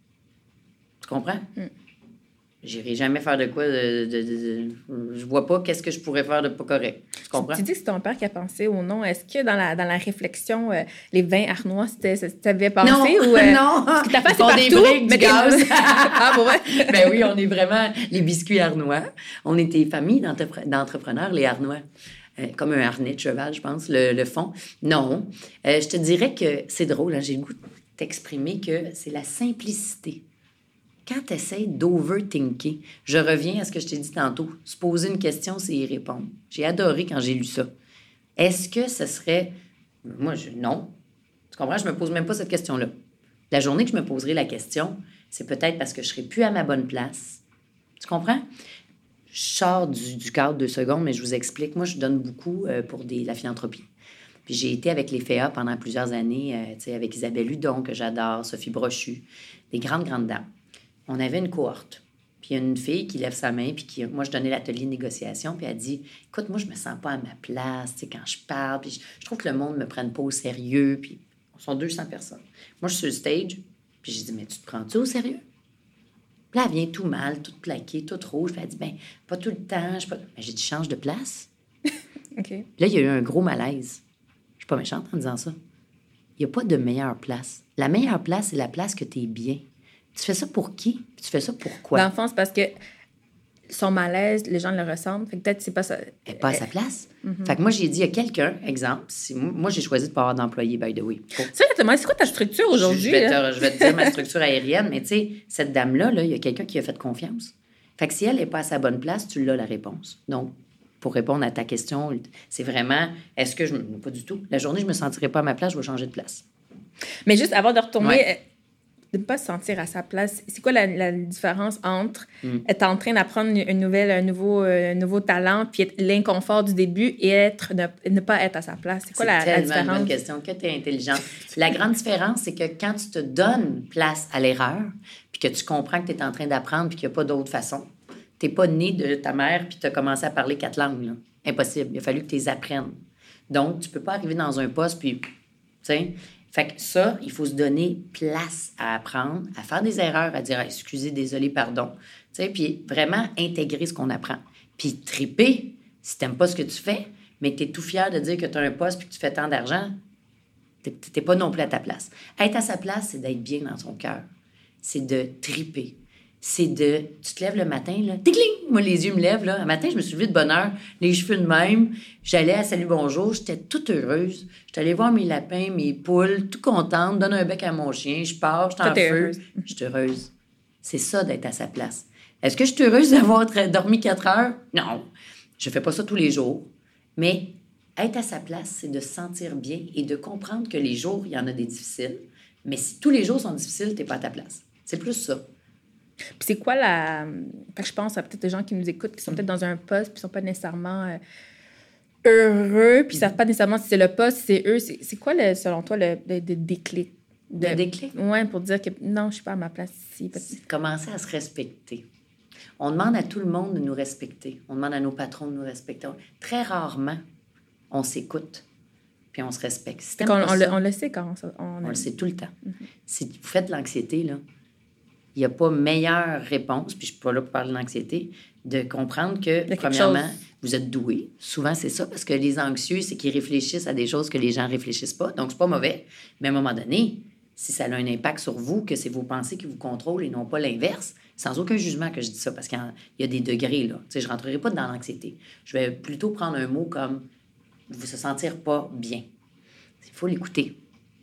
B: Tu comprends? Mm. J'irai jamais faire de quoi de, de, de, de... Je vois pas qu'est-ce que je pourrais faire de pas correct. Tu comprends?
A: Tu dis que c'est ton père qui a pensé ou non. Est-ce que dans la, dans la réflexion, euh, les vins Arnois, c'était, t'avais pensé?
B: Non,
A: ou, euh,
B: non.
A: Parce que ta face est
B: partout,
A: des briques,
B: du gaz.
A: Ah, bon, ouais.
B: Ben oui, on est vraiment les biscuits Arnois. On était famille d'entrepre... d'entrepreneurs, les Arnois. Euh, comme un harnais de cheval, je pense, le, le fond. Non. Euh, je te dirais que c'est drôle, hein, j'ai le goût de t'exprimer que c'est la simplicité. Quand tu essaies d'overthinker, je reviens à ce que je t'ai dit tantôt, se poser une question, c'est y répondre. J'ai adoré quand j'ai lu ça. Est-ce que ce serait... Moi, je... non. Tu comprends? Je me pose même pas cette question-là. La journée que je me poserai la question, c'est peut-être parce que je serai plus à ma bonne place. Tu comprends? Je sors du, du cadre deux secondes, mais je vous explique. Moi, je donne beaucoup euh, pour des, la philanthropie. Puis j'ai été avec les F E A pendant plusieurs années, euh, tu sais, avec Isabelle Hudon, que j'adore, Sophie Brochu, des grandes, grandes dames. On avait une cohorte. Puis il y a une fille qui lève sa main, puis qui, moi, je donnais l'atelier de négociation, puis elle dit « Écoute, moi, je me sens pas à ma place, tu sais, quand je parle, puis je, je trouve que le monde me prenne pas au sérieux, puis on sont deux cents personnes. Moi, je suis sur le stage, puis j'ai dit « Mais tu te prends-tu au sérieux? » Puis là, elle vient tout mal, toute plaquée, toute rouge. Puis elle dit, ben pas tout le temps. Je pas... Ben, j'ai dit, change de place.
A: OK.
B: Là, il y a eu un gros malaise. Je suis pas méchante en disant ça. Il n'y a pas de meilleure place. La meilleure place, c'est la place que tu es bien. Tu fais ça pour qui? Tu fais ça pour quoi?
A: Dans le fond, c'est parce que son malaise, les gens le ressentent. Fait que peut-être c'est pas ça.
B: Elle n'est pas à sa place. Mm-hmm. Fait que moi, j'ai dit à quelqu'un, exemple, si, moi, j'ai choisi de ne pas avoir d'employé, by the way. Pour...
A: Ça, c'est quoi ta structure aujourd'hui?
B: Je, je, vais te, je vais te dire ma structure aérienne, mais tu sais, cette dame-là, là, il y a quelqu'un qui a fait confiance. Fait que si elle n'est pas à sa bonne place, tu l'as la réponse. Donc, pour répondre à ta question, c'est vraiment, est-ce que je... Pas du tout. La journée, je ne me sentirai pas à ma place, je vais changer de place.
A: Mais juste avant de retourner...
B: Ouais.
A: De ne pas se sentir à sa place. C'est quoi la, la différence entre
B: mm.
A: être en train d'apprendre une nouvelle, un, nouveau, euh, un nouveau talent puis être l'inconfort du début et être, ne, ne pas être à sa place? C'est quoi la, la différence? C'est tellement une
B: bonne question, que tu es intelligente. La grande différence, c'est que quand tu te donnes place à l'erreur puis que tu comprends que tu es en train d'apprendre puis qu'il n'y a pas d'autre façon, tu n'es pas né de ta mère puis tu as commencé à parler quatre langues. Là. Impossible. Il a fallu que tu les apprennes. Donc, tu ne peux pas arriver dans un poste puis... tu sais... Fait que ça, il faut se donner place à apprendre, à faire des erreurs, à dire « excusez, désolé, pardon ». Tu sais, puis vraiment intégrer ce qu'on apprend. Puis triper, si t'aimes pas ce que tu fais, mais que t'es tout fier de dire que tu as un poste puis que tu fais tant d'argent, t'es pas non plus à ta place. Être à sa place, c'est d'être bien dans son cœur. C'est de triper. C'est de... Tu te lèves le matin, là, ticling! Moi, les yeux me lèvent, là. Un matin, je me suis levée de bonne heure, les cheveux de même. J'allais à Salut Bonjour, j'étais toute heureuse. J'étais allée voir mes lapins, mes poules, tout contente, donne un bec à mon chien, je pars, je suis en feu. Je suis heureuse. C'est ça, d'être à sa place. Est-ce que je suis heureuse d'avoir dormi quatre heures? Non. Je fais pas ça tous les jours. Mais être à sa place, c'est de se sentir bien et de comprendre que les jours, il y en a des difficiles. Mais si tous les jours sont difficiles, t'es pas à ta place. C'est plus ça.
A: Puis c'est quoi la... Fait que je pense à peut-être des gens qui nous écoutent, qui sont peut-être dans un poste, puis qui sont pas nécessairement euh, heureux, puis ils savent pas nécessairement si c'est le poste, si c'est eux. C'est, c'est quoi, le, selon toi, le, le, le déclic? De,
B: le déclic?
A: Oui, pour dire que non, je suis pas à ma place ici.
B: C'est de commencer à se respecter. On demande à tout le monde de nous respecter. On demande à nos patrons de nous respecter. Très rarement, on s'écoute, puis on se respecte. Si
A: on, on, le, on le sait quand on... On,
B: on
A: a...
B: le sait tout le temps.
A: Mm-hmm.
B: Si vous faites de l'anxiété, là, il n'y a pas meilleure réponse, puis je ne suis pas là pour parler de l'anxiété, de comprendre que, premièrement, chose. Vous êtes doué. Souvent, c'est ça, parce que les anxieux, c'est qu'ils réfléchissent à des choses que les gens ne réfléchissent pas. Donc, c'est pas mauvais. Mais à un moment donné, si ça a un impact sur vous, que c'est vos pensées qui vous contrôlent et non pas l'inverse, sans aucun jugement que je dis ça, parce qu'il y a des degrés, là. Tu sais, je ne rentrerai pas dans l'anxiété. Je vais plutôt prendre un mot comme « vous se sentir pas bien ». Il faut l'écouter.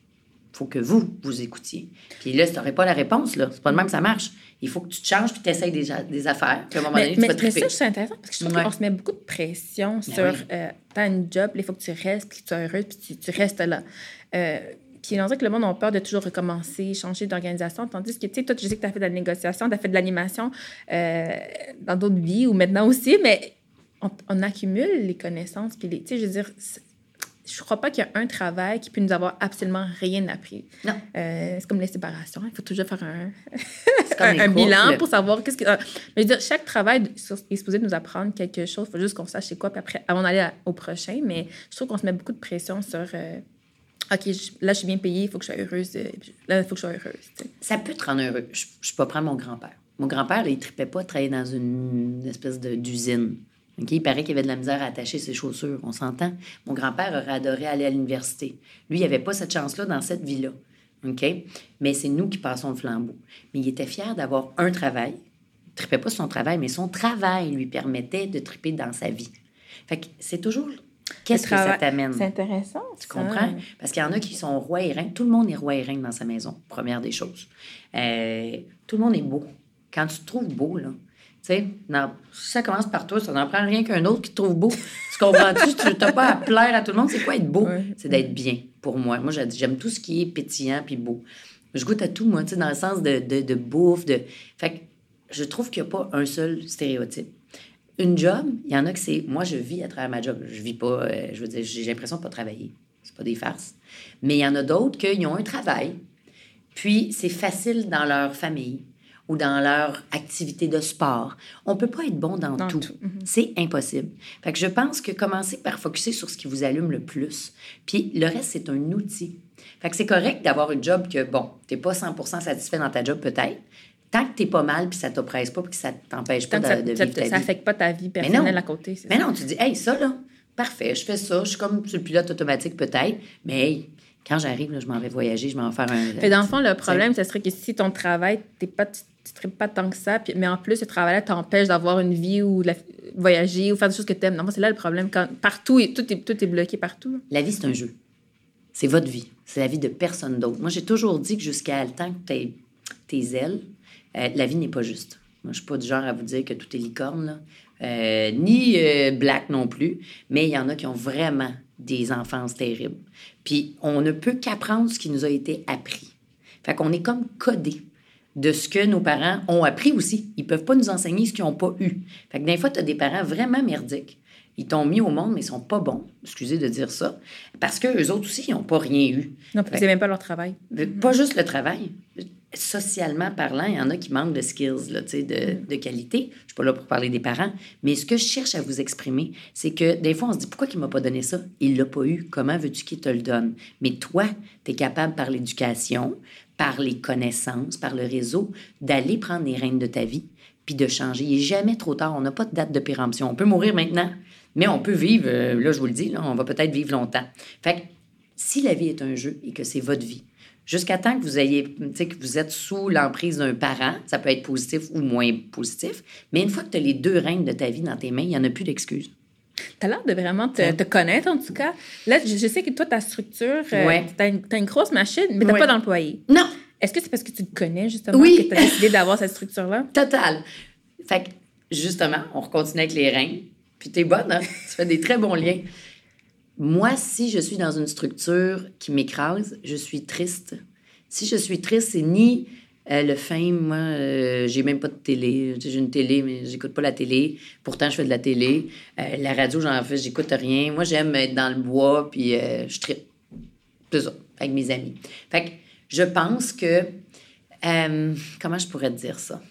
B: Il faut que vous, vous écoutiez. Puis là, si tu n'aurais pas la réponse, là, c'est pas de même que ça marche. Il faut que tu te changes puis tu essayes des, des affaires. Puis à un moment
A: mais,
B: donné, tu
A: mais,
B: vas triper.
A: Mais ça, c'est intéressant parce que je trouve ouais. qu'on se met beaucoup de pression mais sur... Oui. Euh, t'as une job, il faut que tu restes, puis que tu es heureuse, puis tu, tu restes là. Euh, puis on dirait que le monde a peur de toujours recommencer, changer d'organisation, tandis que, tu sais, toi, je sais que tu as fait de la négociation, tu as fait de l'animation euh, dans d'autres vies ou maintenant aussi, mais on, on accumule les connaissances. Puis, tu sais, je veux dire... Je ne crois pas qu'il y a un travail qui peut nous avoir absolument rien appris.
B: Non.
A: Euh, c'est comme les séparations. Il faut toujours faire un, un, un bilan pour savoir qu'est-ce que... Mais je veux dire, chaque travail est supposé nous apprendre quelque chose. Il faut juste qu'on sache c'est quoi, puis après, avant d'aller au prochain. Mais je trouve qu'on se met beaucoup de pression sur... Euh, OK, je, là, je suis bien payée, il faut que je sois heureuse. Là, il faut que je sois heureuse. T'sais.
B: Ça peut te rendre heureux. Je ne peux pas prendre mon grand-père. Mon grand-père, là, il ne tripait pas de travailler dans une, une espèce de, d'usine. Okay? Il paraît qu'il avait de la misère à attacher ses chaussures, on s'entend. Mon grand-père aurait adoré aller à l'université. Lui, il n'avait pas cette chance-là dans cette vie-là. Okay? Mais c'est nous qui passons le flambeau. Mais il était fier d'avoir un travail. Il ne tripait pas sur son travail, mais son travail lui permettait de triper dans sa vie. Fait que c'est toujours... Qu'est-ce que ça t'amène?
A: C'est intéressant,
B: Tu comprends? Parce qu'il y en a qui sont rois et reines. Tout le monde est roi et reine dans sa maison, première des choses. Euh, tout le monde est beau. Quand tu te trouves beau, là, tu sais, si ça commence par toi, ça n'en prend rien qu'un autre qui te trouve beau. Tu comprends-tu? Tu n'as pas à plaire à tout le monde. C'est quoi être beau? Ouais. C'est d'être bien, pour moi. Moi, j'aime tout ce qui est pétillant puis beau. Je goûte à tout, moi, tu sais, dans le sens de, de, de bouffe. De... Fait que je trouve qu'il n'y a pas un seul stéréotype. Une job, il y en a que c'est... Moi, je vis à travers ma job. Je vis pas... Euh, je veux dire, j'ai l'impression de pas travailler. C'est pas des farces. Mais il y en a d'autres qui ont un travail, puis c'est facile dans leur famille ou dans leur activité de sport. On peut pas être bon dans, dans tout. tout. Mm-hmm. C'est impossible. Fait que je pense que commencez par focusser sur ce qui vous allume le plus. Puis le reste, c'est un outil. Fait que c'est correct d'avoir une job que, bon, t'es pas cent pour cent satisfait dans ta job peut-être. Tant que tu n'es pas mal puis ça ne t'oppresse pas puis que ça ne t'empêche pas de,
A: ça,
B: de vivre
A: ça,
B: ta vie.
A: Ça n'affecte pas ta vie personnelle à côté.
B: C'est mais ça. Non, tu dis, hey, ça, là, parfait, je fais ça. Je suis comme sur le pilote automatique peut-être, mais hey, quand j'arrive, là, je m'en vais voyager, je m'en vais faire un...
A: Fait dans le fond, le problème, ce serait que si ton travail, t'es pas, tu ne traites pas tant que ça, puis, mais en plus, ce travail-là t'empêche d'avoir une vie ou de la, voyager ou faire des choses que tu aimes. Non, c'est là le problème. Quand, partout, tout est, tout est bloqué partout.
B: La vie, c'est un jeu. C'est votre vie. C'est la vie de personne d'autre. Moi, j'ai toujours dit que jusqu'à le temps que tu aies tes ailes, euh, la vie n'est pas juste. Moi, je suis pas du genre à vous dire que tout est licorne, là. Euh, ni euh, black non plus, mais il y en a qui ont vraiment des enfances terribles. Puis, on ne peut qu'apprendre ce qui nous a été appris. Fait qu'on est comme codé de ce que nos parents ont appris aussi. Ils peuvent pas nous enseigner ce qu'ils n'ont pas eu. Fait que des fois, tu as des parents vraiment merdiques. Ils t'ont mis au monde, mais ils sont pas bons. Excusez de dire ça. Parce qu'eux autres aussi, ils n'ont pas rien eu.
A: Non, c'est même pas leur travail.
B: Pas juste le travail. Socialement parlant, il y en a qui manquent de skills, là, de, de qualité. Je suis pas là pour parler des parents. Mais ce que je cherche à vous exprimer, c'est que des fois, on se dit, pourquoi il m'a pas donné ça? Il l'a pas eu. Comment veux-tu qu'il te le donne? Mais toi, tu es capable par l'éducation, par les connaissances, par le réseau, d'aller prendre les rênes de ta vie puis de changer. Il n'est jamais trop tard. On n'a pas de date de péremption. On peut mourir maintenant, mais on peut vivre, euh, là, je vous le dis, là, on va peut-être vivre longtemps. Fait que si la vie est un jeu et que c'est votre vie, jusqu'à temps que vous ayez, tu sais, que vous êtes sous l'emprise d'un parent, ça peut être positif ou moins positif, mais une fois que tu as les deux rênes de ta vie dans tes mains, il n'y en a plus d'excuses.
A: Tu as l'air de vraiment te, te connaître, en tout cas. Là, je, je sais que toi, ta structure,
B: ouais.
A: euh, tu as une, une grosse machine, mais tu n'as
B: ouais.
A: pas d'employé.
B: Non.
A: Est-ce que c'est parce que tu te connais, justement,
B: oui.
A: que tu as décidé d'avoir cette structure-là?
B: Total. Fait que, justement, on continue avec les reins. Puis t'es bonne, hein? Tu fais des très bons liens. Moi, si je suis dans une structure qui m'écrase, je suis triste. Si je suis triste, c'est ni euh, le fame. Moi, euh, j'ai même pas de télé. J'ai une télé, mais j'écoute pas la télé. Pourtant, je fais de la télé. Euh, la radio, j'en fais, j'écoute rien. Moi, j'aime être dans le bois, puis euh, je tripe. C'est ça, avec mes amis. Fait que je pense que... Euh, comment je pourrais te dire ça?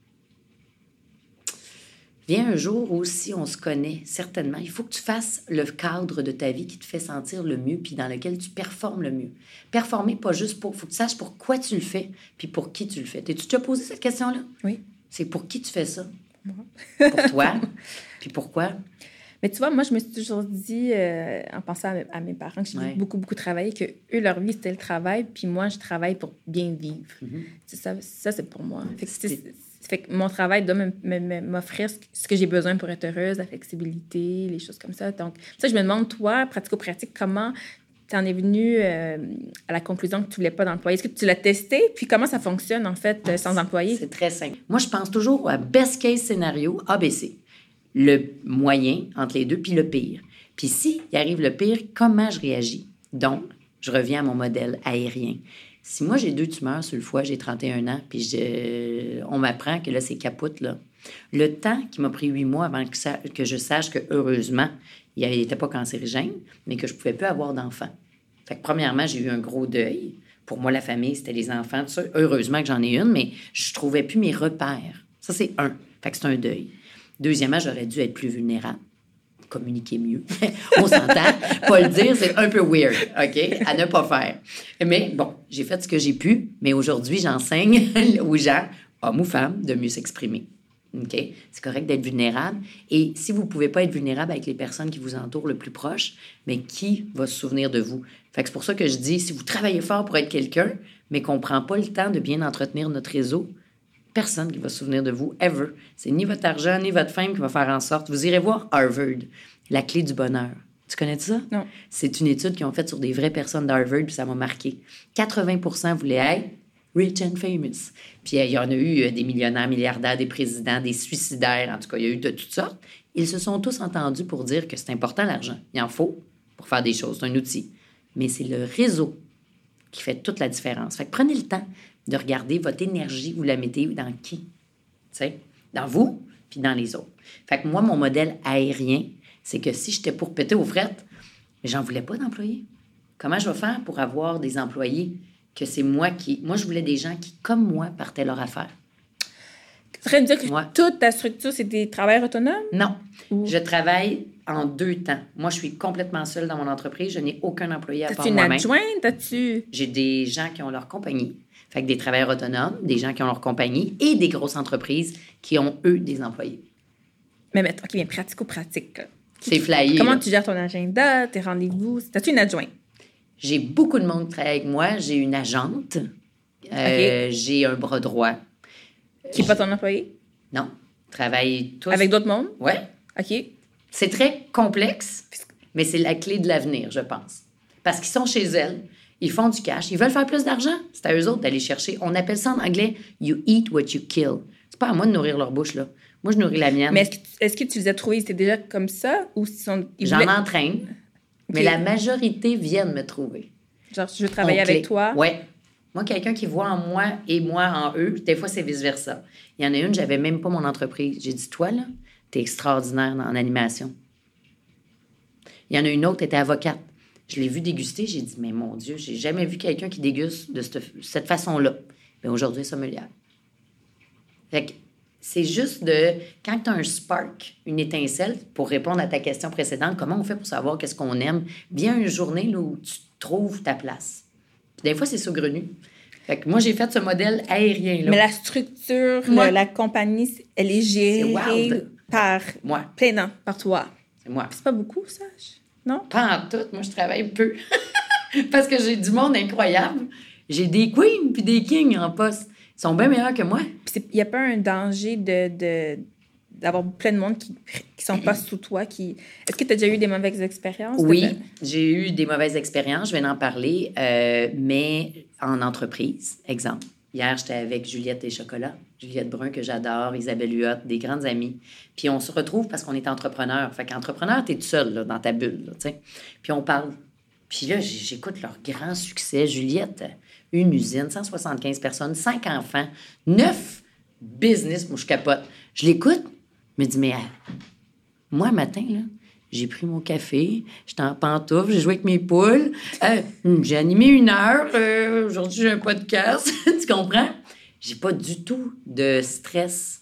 B: Vient un jour où, si on se connaît, certainement, il faut que tu fasses le cadre de ta vie qui te fait sentir le mieux puis dans lequel tu performes le mieux. Performer, pas juste pour... Il faut que tu saches pourquoi tu le fais puis pour qui tu le fais. T'es-tu déjà posé cette question-là?
A: Oui.
B: C'est pour qui tu fais ça? Moi. Pour toi? Puis pourquoi?
A: Mais tu vois, moi, je me suis toujours dit, euh, en pensant à mes, à mes parents, que j'ai ouais. beaucoup, beaucoup travaillé, que eux, leur vie, c'était le travail, puis moi, je travaille pour bien vivre. Mm-hmm. C'est ça, ça, c'est pour moi. Fait que c'est... Fait que mon travail doit m'offrir ce que j'ai besoin pour être heureuse, la flexibilité, les choses comme ça. Donc, ça, je me demande, toi, pratico-pratique, comment tu en es venue euh, à la conclusion que tu ne voulais pas d'employé? Est-ce que tu l'as testé? Puis comment ça fonctionne, en fait, ah, sans employé?
B: C'est très simple. Moi, je pense toujours à best case scénario, A B C. Le moyen entre les deux, puis le pire. Puis si il arrive le pire, comment je réagis? Donc, je reviens à mon modèle aérien. Si moi, j'ai deux tumeurs sur le foie, j'ai trente et un ans, puis je... on m'apprend que là, c'est capote, là. Le temps qui m'a pris huit mois avant que, ça... que je sache que, heureusement, il n'était pas cancérigène, mais que je ne pouvais plus avoir d'enfants. Fait que, premièrement, j'ai eu un gros deuil. Pour moi, la famille, c'était les enfants, tout ça. Heureusement que j'en ai une, mais je ne trouvais plus mes repères. Ça, c'est un. Fait que c'est un deuil. Deuxièmement, j'aurais dû être plus vulnérable. Communiquer mieux. On s'entend. Pas le dire, c'est un peu weird, OK? À ne pas faire. Mais bon, j'ai fait ce que j'ai pu, mais aujourd'hui, j'enseigne aux gens, hommes ou femmes, de mieux s'exprimer. OK? C'est correct d'être vulnérable. Et si vous ne pouvez pas être vulnérable avec les personnes qui vous entourent le plus proche, mais qui va se souvenir de vous? Fait que c'est pour ça que je dis, si vous travaillez fort pour être quelqu'un, mais qu'on ne prend pas le temps de bien entretenir notre réseau, personne qui va se souvenir de vous, ever. C'est ni votre argent, ni votre fame qui va faire en sorte. Vous irez voir Harvard, la clé du bonheur. Tu connais ça?
A: Non.
B: C'est une étude qu'ils ont faite sur des vraies personnes d'Harvard, puis ça m'a marqué. quatre-vingts pour cent voulaient être rich and famous. Puis il y en a eu des millionnaires, milliardaires, des présidents, des suicidaires, en tout cas, il y a eu de toutes sortes. Ils se sont tous entendus pour dire que c'est important l'argent. Il en faut pour faire des choses, c'est un outil. Mais c'est le réseau qui fait toute la différence. Fait que prenez le temps de regarder votre énergie, vous la mettez dans qui? Tu sais, dans vous, puis dans les autres. Fait que moi, mon modèle aérien, c'est que si j'étais pour péter aux frettes, mais j'en voulais pas d'employés. Comment je vais faire pour avoir des employés que c'est moi qui... Moi, je voulais des gens qui, comme moi, partaient leur affaire.
A: Tu es en train de dire que moi, toute ta structure, c'est des travailleurs autonomes?
B: Non.
A: Ou...
B: Je travaille en deux temps. Moi, je suis complètement seule dans mon entreprise. Je n'ai aucun employé à part
A: moi-même. T'as-tu une adjointe? As-tu...
B: J'ai des gens qui ont leur compagnie. Fait que des travailleurs autonomes, des gens qui ont leur compagnie et des grosses entreprises qui ont, eux, des employés.
A: Mais mettons, OK, bien pratico-pratique. Là.
B: C'est flyé.
A: Comment
B: là.
A: tu gères ton agenda, tes rendez-vous? As-tu une adjointe?
B: J'ai beaucoup de monde qui travaille avec moi. J'ai une agente. Euh,
A: OK.
B: J'ai un bras droit.
A: Qui n'est pas ton employé?
B: Non. Travaille tous.
A: Avec d'autres mondes?
B: Oui.
A: OK.
B: C'est très complexe, mais c'est la clé de l'avenir, je pense. Parce qu'ils sont chez elles, ils font du cash, ils veulent faire plus d'argent. C'est à eux autres d'aller chercher. On appelle ça en anglais « you eat what you kill ». C'est pas à moi de nourrir leur bouche, là. Moi, je nourris la mienne.
A: Mais est-ce que, tu- est-ce que tu les as trouvés, c'était déjà comme ça? Ou ils sont, ils
B: J'en
A: voulaient-
B: entraîne, mais
A: OK.
B: la majorité viennent me trouver.
A: Genre, je veux travailler
B: On
A: avec
B: clé.
A: toi.
B: Oui. Moi, quelqu'un qui voit en moi et moi en eux, des fois, c'est vice-versa. Il y en a une, j'avais même pas mon entreprise. J'ai dit, toi, là, t'es extraordinaire en animation. Il y en a une autre, elle était avocate. Je l'ai vue déguster, j'ai dit, mais mon Dieu, j'ai jamais vu quelqu'un qui déguste de cette, cette façon-là. Mais aujourd'hui, elle est sommelière. Fait que c'est juste de, quand tu as un spark, une étincelle, pour répondre à ta question précédente, comment on fait pour savoir qu'est-ce qu'on aime? Bien une journée là, où tu trouves ta place. Puis des fois, c'est saugrenu. Fait que moi, j'ai fait ce modèle aérien. Là.
A: Mais la structure,
B: Moi.
A: le- la compagnie, elle est gérée
B: C'est wild.
A: par
B: Moi,
A: plein non, par toi.
B: c'est moi.
A: C'est pas beaucoup, ça? Non?
B: Pas en tout, moi, je travaille peu. Parce que j'ai du monde incroyable. J'ai des queens puis des kings en poste. Ils sont bien meilleurs que moi.
A: Puis il n'y a pas un danger de, de, d'avoir plein de monde qui qui sont pas sous toi. Qui... Est-ce que tu as déjà eu des mauvaises expériences?
B: Oui,
A: peut-être?
B: j'ai eu des mauvaises expériences, je viens d'en parler, euh, mais en entreprise, exemple. Hier, j'étais avec Juliette des Chocolats, Juliette Brun, que j'adore, Isabelle Huot, des grandes amies. Puis on se retrouve parce qu'on est entrepreneur. Fait qu'entrepreneur, t'es tout seul là, dans ta bulle, là, tu sais. Puis on parle. Puis là, j- j'écoute leur grand succès. Juliette, une usine, cent soixante-quinze personnes, cinq enfants, neuf business. Moi, je capote. Je l'écoute, je me dis, mais euh, moi, matin, là, j'ai pris mon café, j'étais en pantoufle, j'ai joué avec mes poules, euh, j'ai animé une heure, euh, aujourd'hui j'ai un podcast, tu comprends? J'ai pas du tout de stress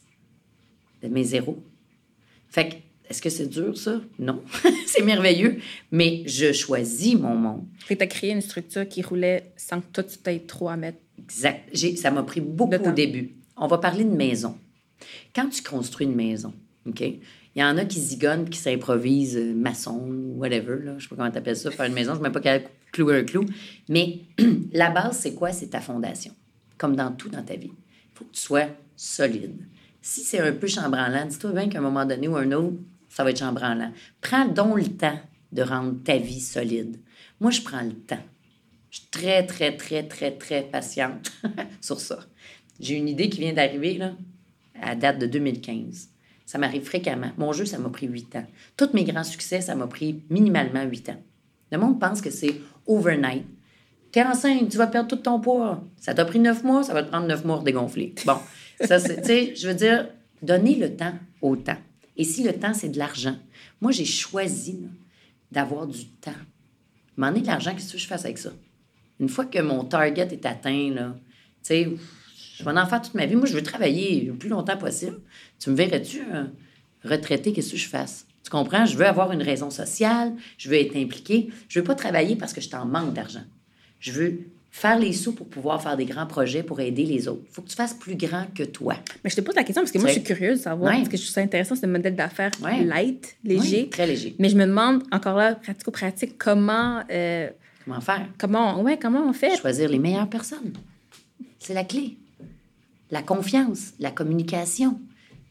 B: de mes zéros. Fait que, est-ce que c'est dur, ça? Non. C'est merveilleux, mais je choisis mon monde.
A: Fait que tu as créé une structure qui roulait sans que toi, tu t'aies trop à mettre.
B: Exact. J'ai, ça m'a pris beaucoup
A: De temps.
B: au début. On va parler de maison. Quand tu construis une maison, OK? Il y en a qui zigonnent, qui s'improvisent euh, maçon ou whatever, là. Je sais pas comment tu appelles ça, faire une maison. Je ne sais même pas qu'à clouer un clou. Mais la base, c'est quoi? C'est ta fondation. Comme dans tout dans ta vie. Il faut que tu sois solide. Si c'est un peu chambranlant, dis-toi bien qu'à un moment donné ou un autre, ça va être chambranlant. Prends donc le temps de rendre ta vie solide. Moi, je prends le temps. Je suis très, très, très, très, très patiente sur ça. J'ai une idée qui vient d'arriver, là, à date de deux mille quinze. Ça m'arrive fréquemment. Mon jeu, ça m'a pris huit ans. Tous mes grands succès, ça m'a pris minimalement huit ans. Le monde pense que c'est overnight. T'es enceinte, tu vas perdre tout ton poids. Ça t'a pris neuf mois, ça va te prendre neuf mois à dégonfler. Bon, ça, c'est, tu sais, je veux dire, donner le temps au temps. Et si le temps, c'est de l'argent, moi, j'ai choisi là, d'avoir du temps. M'en est de l'argent, qu'est-ce que je fasse avec ça? Une fois que mon target est atteint, là, tu sais, je vais en faire toute ma vie. Moi, je veux travailler le plus longtemps possible. Tu me verrais-tu euh, retraité, qu'est-ce que je fasse? Tu comprends? Je veux avoir une raison sociale, je veux être impliquée. Je veux pas travailler parce que je t'en manque d'argent. Je veux faire les sous pour pouvoir faire des grands projets pour aider les autres. Il faut que tu fasses plus grand que toi.
A: Mais je te pose la question parce que moi, je suis curieuse de savoir,
B: Ouais.
A: parce que je trouve ça intéressant, ce modèle d'affaires
B: Ouais.
A: light, léger.
B: Oui, très léger.
A: Mais je me demande, encore là, pratico-pratique, comment, euh,
B: Comment faire?
A: comment, ouais, comment on fait?
B: Choisir les meilleures personnes. C'est la clé. La confiance, la communication.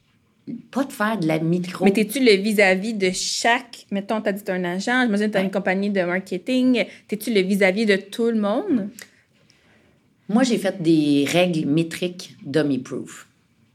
B: Pas de faire de la micro.
A: Mais t'es-tu le vis-à-vis de chaque... Mettons, t'as dit t'as un agent, j'imagine que t'as une compagnie de marketing. T'es-tu le vis-à-vis de tout le monde?
B: Moi, j'ai fait des règles métriques dummy-proof.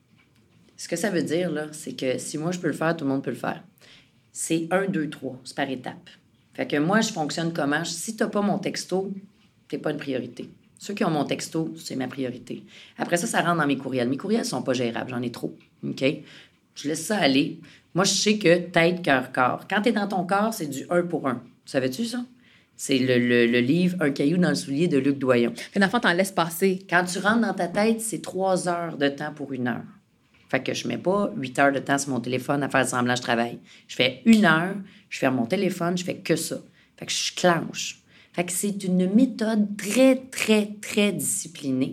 B: Ce que ça veut dire, là, c'est que si moi, je peux le faire, tout le monde peut le faire. C'est un, deux, trois. C'est par étapes. Fait que moi, je fonctionne comment? Si t'as pas mon texto, t'es pas une priorité. Ceux qui ont mon texto, c'est ma priorité. Après ça, ça rentre dans mes courriels. Mes courriels sont pas gérables. J'en ai trop. OK? Je laisse ça aller. Moi, je sais que tête, cœur, corps. Quand t'es dans ton corps, c'est du un pour un. Savais-tu ça? C'est le, le, le livre Un caillou dans le soulier de Luc Doyon.
A: Fait d'enfant, t'en laisses passer.
B: Quand tu rentres dans ta tête, c'est trois heures de temps pour une heure. Fait que je mets pas huit heures de temps sur mon téléphone à faire semblant que je travaille. Je fais une heure, je ferme mon téléphone, je fais que ça. Fait que je clenche. Fait que c'est une méthode très, très, très disciplinée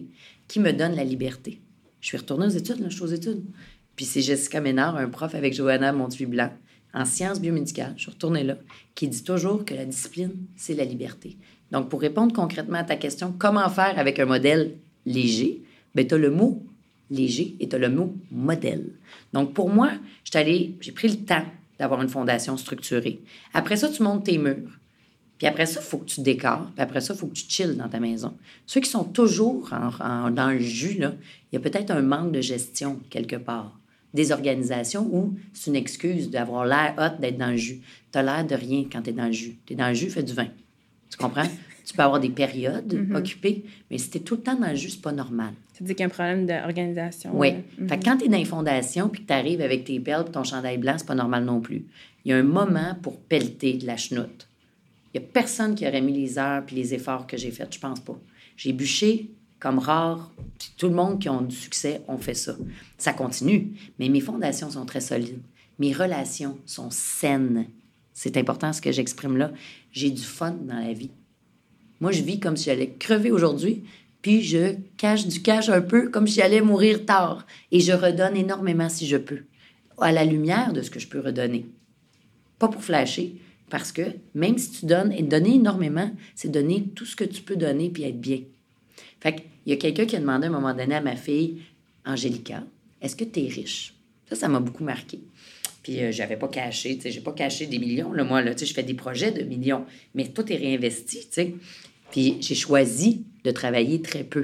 B: qui me donne la liberté. Je suis retournée aux études, là, je suis aux études. Puis c'est Jessica Ménard, un prof avec Johanna Montuy-Blanc, en sciences biomédicales, je suis retournée là, qui dit toujours que la discipline, c'est la liberté. Donc, pour répondre concrètement à ta question, comment faire avec un modèle léger? Bien, tu as le mot léger et tu as le mot modèle. Donc, pour moi, je suis allée, j'ai pris le temps d'avoir une fondation structurée. Après ça, tu montes tes murs. Puis après ça, il faut que tu décores. Puis après ça, il faut que tu chilles dans ta maison. Ceux qui sont toujours en, en, dans le jus, là, il y a peut-être un manque de gestion quelque part. Des organisations où c'est une excuse d'avoir l'air hot d'être dans le jus. Tu as l'air de rien quand tu es dans le jus. Tu es dans le jus, fais du vin. Tu comprends? Tu peux avoir des périodes mm-hmm. occupées, mais si tu es tout le temps dans le jus, c'est pas normal.
A: Tu dis qu'il y a un problème d'organisation.
B: Oui.
A: Mm-hmm.
B: Fait que quand tu es dans les fondations puis que tu arrives avec tes perles et ton chandail blanc, c'est pas normal non plus. Il y a un moment pour pelleter de la chenoute. Il n'y a personne qui aurait mis les heures puis les efforts que j'ai faits, je pense pas. J'ai bûché comme rare, puis tout le monde qui a du succès ont fait ça. Ça continue, mais mes fondations sont très solides. Mes relations sont saines. C'est important ce que j'exprime là. J'ai du fun dans la vie. Moi, je vis comme si j'allais crever aujourd'hui, puis je cache du cash un peu comme si j'allais mourir tard. Et je redonne énormément si je peux, à la lumière de ce que je peux redonner. Pas pour flasher, parce que même si tu donnes, et donner énormément, c'est donner tout ce que tu peux donner puis être bien. Fait qu'il y a quelqu'un qui a demandé à un moment donné à ma fille, Angélica, est-ce que tu es riche? Ça, ça m'a beaucoup marqué. Puis euh, j'avais pas caché, tu sais, j'ai pas caché des millions, là, moi, là, tu sais, je fais des projets de millions, mais tout est réinvesti, tu sais. Puis j'ai choisi de travailler très peu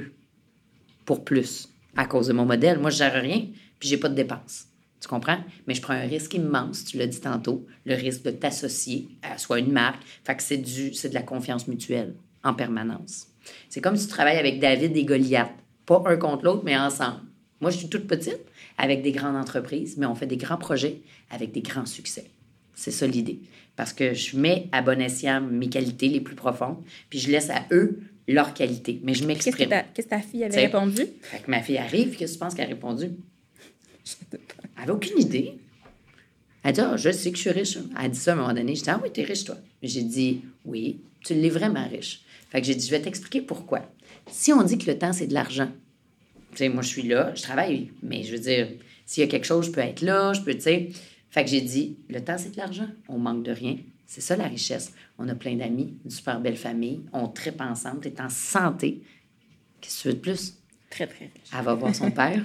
B: pour plus à cause de mon modèle. Moi, je gère rien, puis j'ai pas de dépenses. Tu comprends? Mais je prends un risque immense, tu l'as dit tantôt, le risque de t'associer à soit une marque. Fait que c'est, du, c'est de la confiance mutuelle en permanence. C'est comme si tu travailles avec David et Goliath. Pas un contre l'autre, mais ensemble. Moi, je suis toute petite avec des grandes entreprises, mais on fait des grands projets avec des grands succès. C'est ça l'idée. Parce que je mets à bon escient mes qualités les plus profondes, puis je laisse à eux leurs qualités. Mais je m'exprime.
A: Qu'est-ce que ta, qu'est-ce que ta fille avait T'sais, répondu?
B: Fait que ma fille arrive, qu'est-ce que tu penses qu'elle a répondu? Elle n'avait aucune idée. Elle dit, ah, oh, je sais que je suis riche. Elle a dit ça à un moment donné. J'ai dit, ah oui, t'es riche, toi. J'ai dit, oui, tu l'es vraiment riche. Fait que j'ai dit, je vais t'expliquer pourquoi. Si on dit que le temps, c'est de l'argent, tu sais, moi, je suis là, je travaille, mais je veux dire, s'il y a quelque chose, je peux être là, je peux, tu sais. Fait que j'ai dit, le temps, c'est de l'argent. On manque de rien. C'est ça, la richesse. On a plein d'amis, une super belle famille, on tripe ensemble, t'es en santé. Qu'est-ce que tu veux de plus?
A: Très, très riche.
B: Elle va voir son père.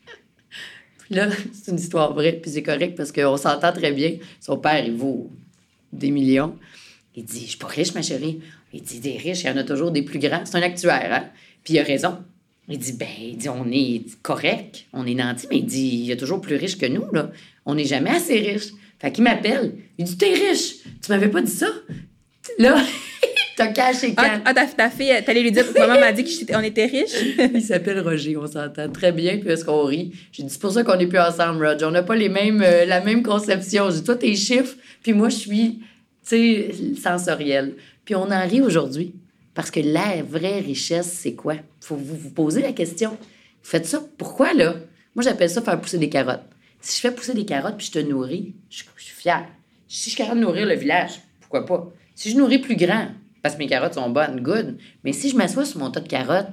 B: Puis là, c'est une histoire vraie, puis c'est correct parce qu'on s'entend très bien. Son père, il vaut des millions. Il dit, je suis pas riche, ma chérie. Il dit, des riches, il y en a toujours des plus grands. C'est un actuaire, hein? Puis il a raison. Il dit, ben, il dit, on est correct, on est nantis, mais il dit, il y a toujours plus riches que nous, là. On n'est jamais assez riches. Fait qu'il m'appelle. Il dit, t'es riche. Tu m'avais pas dit ça? Là, t'as caché quand?
A: Ah, ah ta, ta fille, t'allais lui dire, maman m'a dit qu'on était riches.
B: Il s'appelle Roger, on s'entend très bien, puis est-ce qu'on rit? J'ai dit, c'est pour ça qu'on n'est plus ensemble, Roger. On n'a pas les mêmes, euh, la même conception. J'ai dit, toi, tes chiffres, puis moi, je suis, tu sais, sensorielle. Puis on en rit aujourd'hui. Parce que la vraie richesse, c'est quoi? Faut vous, vous poser la question. Vous faites ça, pourquoi, là? Moi, j'appelle ça faire pousser des carottes. Si je fais pousser des carottes puis je te nourris, je, je suis fière. Si je suis capable de nourrir le village, pourquoi pas? Si je nourris plus grand, parce que mes carottes sont bonnes, good. Mais si je m'assois sur mon tas de carottes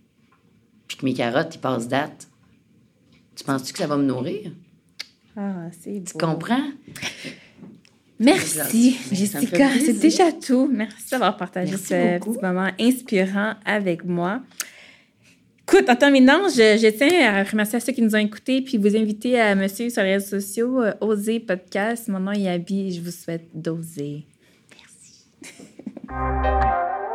B: puis que mes carottes, ils passent date, tu penses-tu que ça va me nourrir?
A: Ah, c'est beau.
B: Tu comprends?
A: Merci, Jessica. C'est déjà tout. Merci d'avoir partagé
B: Merci
A: ce
B: beaucoup.
A: petit moment inspirant avec moi. Écoute, en terminant, je, je tiens à remercier à ceux qui nous ont écoutés puis vous inviter à me suivre sur les réseaux sociaux, euh, Oser Podcast. Mon nom est Abby et je vous souhaite d'oser.
B: Merci.